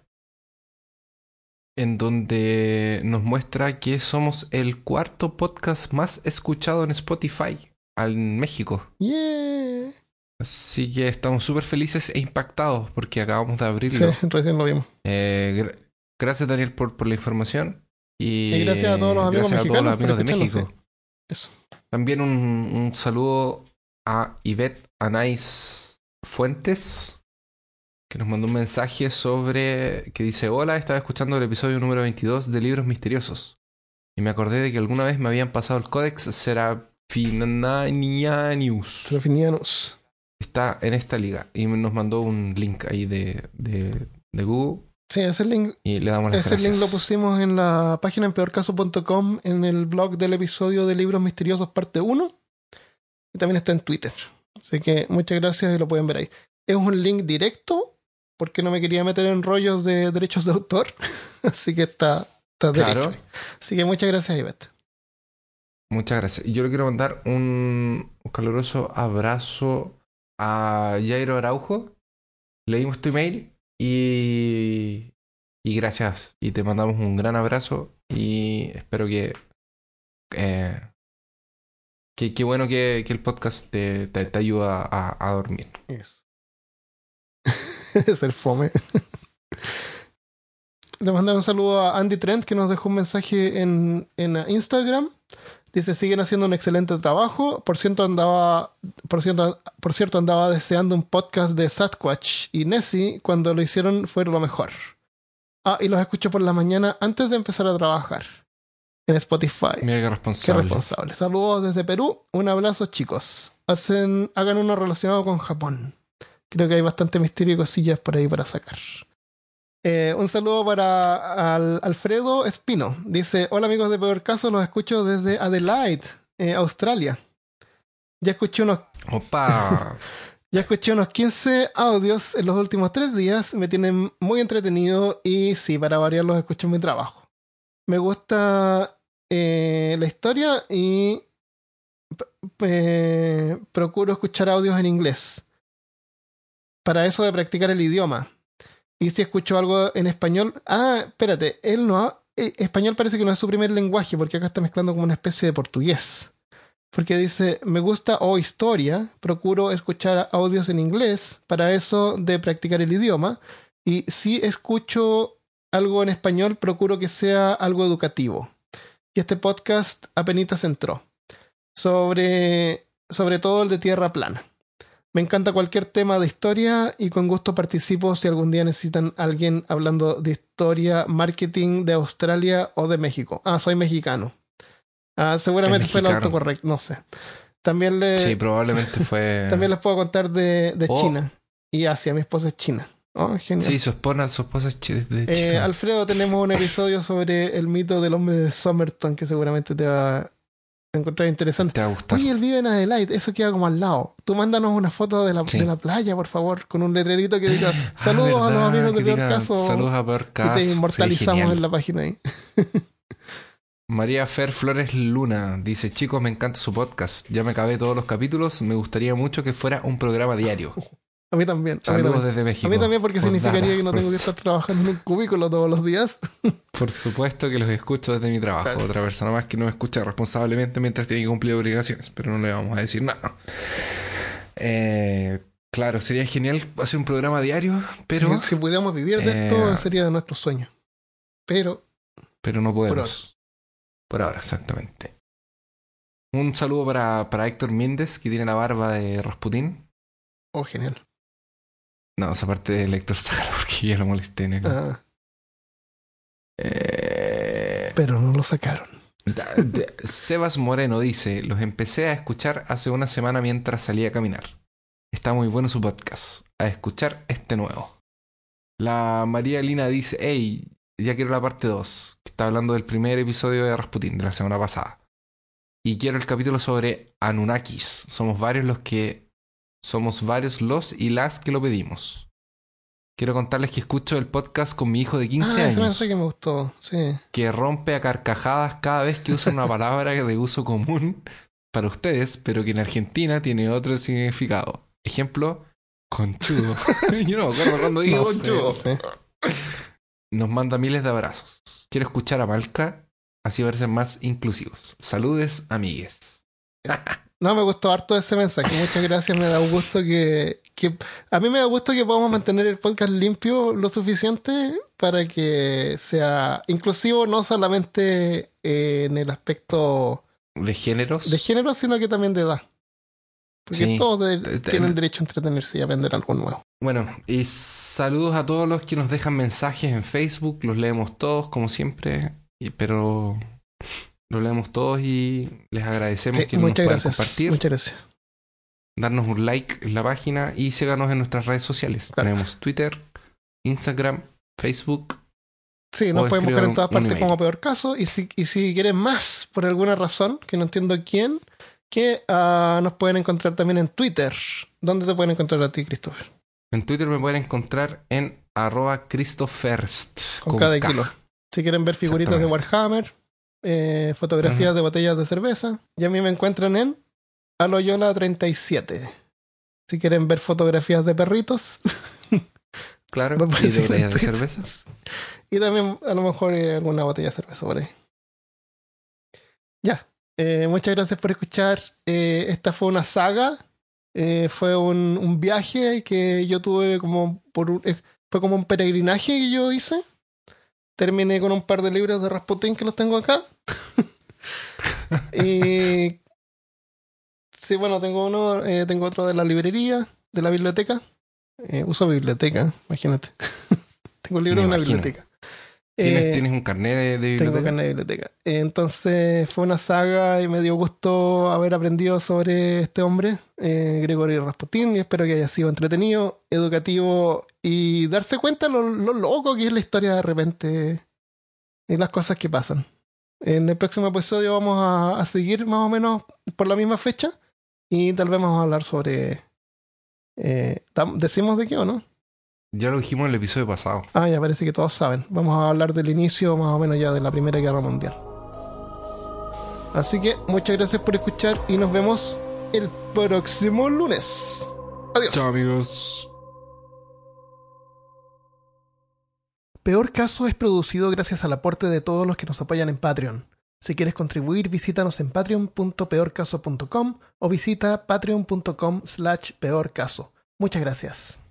en donde nos muestra que somos el cuarto podcast más escuchado en Spotify en México. Yeah. Así que estamos súper felices e impactados porque acabamos de abrirlo. Sí, recién lo vimos. Gracias, Daniel, por la información. Y gracias a todos los amigos gracias a todos los amigos de mexicanos México. Eso. También un saludo a Ivette Anais Fuentes, que nos mandó un mensaje que dice: hola, estaba escuchando el episodio número 22 de Libros Misteriosos y me acordé de que alguna vez me habían pasado el Codex Serafinianus. Está en esta liga y nos mandó un link ahí de Google. Sí, ese link, y le damos las gracias. Link lo pusimos en la página en peorcaso.com, en el blog del episodio de Libros Misteriosos parte 1, y también está en Twitter. Así que muchas gracias y lo pueden ver ahí. Es un link directo porque no me quería meter en rollos de derechos de autor, así que está claro. Derecho. Así que muchas gracias, Ivette. Muchas gracias. Y yo le quiero mandar un caluroso abrazo a Jairo Araujo. Leímos tu email y gracias. Y te mandamos un gran abrazo y espero que qué bueno que el podcast te ayuda a dormir. Eso. Es el fome. Le mandar un saludo a Andy Trent, que nos dejó un mensaje en Instagram. Dice: siguen haciendo un excelente trabajo. Por cierto, andaba deseando un podcast de Sasquatch y Nessie. Cuando lo hicieron fue lo mejor. Y los escucho por la mañana antes de empezar a trabajar en Spotify. Mira qué responsable. Qué responsable. Saludos desde Perú. Un abrazo, chicos. Hagan uno relacionado con Japón. Creo que hay bastante misterio y cosillas por ahí para sacar. Un saludo para Alfredo Espino. Dice: hola amigos de Peor Caso, los escucho desde Adelaide, Australia. Ya escuché unos ¡Opa! Ya escuché unos 15 audios en los últimos 3 días. Me tienen muy entretenido y sí, para variar los escucho en mi trabajo. Me gusta la historia y procuro escuchar audios en inglés. Para eso de practicar el idioma. Y si escucho algo en español... espérate, él no... español parece que no es su primer lenguaje, porque acá está mezclando como una especie de portugués. Porque dice: me gusta historia, procuro escuchar audios en inglés, para eso de practicar el idioma. Y si escucho algo en español, procuro que sea algo educativo. Y este podcast apenitas entró. Sobre todo el de Tierra Plana. Me encanta cualquier tema de historia y con gusto participo si algún día necesitan a alguien hablando de historia, marketing de Australia o de México. Soy mexicano. Seguramente fue el autocorrecto, no sé. También sí, probablemente fue... También les puedo contar de China y Asia. Mi esposa es china. Genial. Sí, su esposa es de China. Alfredo, tenemos un episodio sobre el mito del hombre de Somerton que seguramente te va a encontrar interesante. Te va a gustar. Oye, él vive en Adelaide, eso queda como al lado. Tú mándanos una foto de la playa, por favor, con un letrerito que diga: saludos a los amigos de Peor Caso. Saludos a Peor Caso. Y te inmortalizamos en la página ahí. María Fer Flores Luna dice: chicos, me encanta su podcast. Ya me acabé todos los capítulos. Me gustaría mucho que fuera un programa diario. A mí también. Saludos desde México. A mí también, porque significaría que no tengo que estar trabajando en un cubículo todos los días. Por supuesto que los escucho desde mi trabajo. Claro. Otra persona más que no me escucha responsablemente mientras tiene que cumplir obligaciones, pero no le vamos a decir nada. Claro, sería genial hacer un programa diario, pero... Si pudiéramos vivir de esto, sería de nuestros sueños. Pero no podemos. Por ahora, exactamente. Un saludo para Héctor Méndez, que tiene la barba de Rasputín. Genial. No, esa parte de Héctor sácalo porque ya lo molesté en él. Pero no lo sacaron. Sebas Moreno dice: los empecé a escuchar hace una semana mientras salía a caminar. Está muy bueno su podcast. A escuchar este nuevo. La María Lina dice: hey, ya quiero la parte 2, que está hablando del primer episodio de Rasputín de la semana pasada. Y quiero el capítulo sobre Anunnakis. Somos varios los y las que lo pedimos. quiero contarles que escucho el podcast con mi hijo de 15 ese años. mensaje que me gustó, sí. Que rompe a carcajadas cada vez que usa una palabra de uso común para ustedes, pero que en Argentina tiene otro significado. Ejemplo, conchudo. Yo no me acuerdo cuando dije No conchudo. sé. Nos manda miles de abrazos. Quiero escuchar a Malca, así parecen más inclusivos. Saludes, amigues. No, me gustó harto ese mensaje. Muchas gracias. Me da un gusto que a mí me da gusto que podamos mantener el podcast limpio lo suficiente para que sea inclusivo, no solamente en el aspecto ¿De géneros? de género, sino que también de edad. Porque Sí. todos tienen derecho a entretenerse y aprender algo nuevo. Bueno, y saludos a todos los que nos dejan mensajes en Facebook. Los leemos todos, como siempre. Pero los leemos todos y les agradecemos Sí, que nos muchas puedan gracias. compartir. Muchas gracias. Darnos un like en la página y síganos en nuestras redes sociales. Claro. Tenemos Twitter, Instagram, Facebook. Sí, nos pueden buscar en todas un partes email. como Peor Caso. Y si quieren más, por alguna razón, que no entiendo quién, que nos pueden encontrar también en Twitter. ¿Dónde te pueden encontrar a ti, Christopher? En Twitter me pueden encontrar en @Christoferst. Con cada K. kilo. Si quieren ver figuritas de Warhammer, fotografías de botellas de cerveza, y a mí me encuentran en Aloyola37. Si quieren ver fotografías de perritos, Claro, me pueden y de seguir en botellas de Twitter. cerveza. Y también a lo mejor alguna botella de cerveza por ahí. Ya. Muchas gracias por escuchar. Esta fue una saga. Fue un viaje que yo tuve como fue como un peregrinaje que yo hice. Terminé con un par de libros de Rasputín que los tengo acá. Y sí, bueno, tengo uno, tengo otro de la librería, de la biblioteca. Uso biblioteca, imagínate. Tengo un libro Me de una imagino. biblioteca. ¿Tienes un carnet de Tengo biblioteca? carnet de biblioteca. Entonces fue una saga y me dio gusto haber aprendido sobre este hombre, Grigori Rasputin, y espero que haya sido entretenido, educativo y darse cuenta lo loco que es la historia de repente y las cosas que pasan. En el próximo episodio vamos a seguir más o menos por la misma fecha y tal vez vamos a hablar sobre... ¿decimos de qué o no? Ya lo dijimos en el episodio pasado. Ah, ya parece que todos saben. Vamos a hablar del inicio más o menos ya de la Primera Guerra Mundial. Así que muchas gracias por escuchar y nos vemos el próximo lunes. Adiós. Chao, amigos. Peor Caso es producido gracias al aporte de todos los que nos apoyan en Patreon. Si quieres contribuir, visítanos en patreon.peorcaso.com o visita patreon.com/peorcaso. Muchas gracias.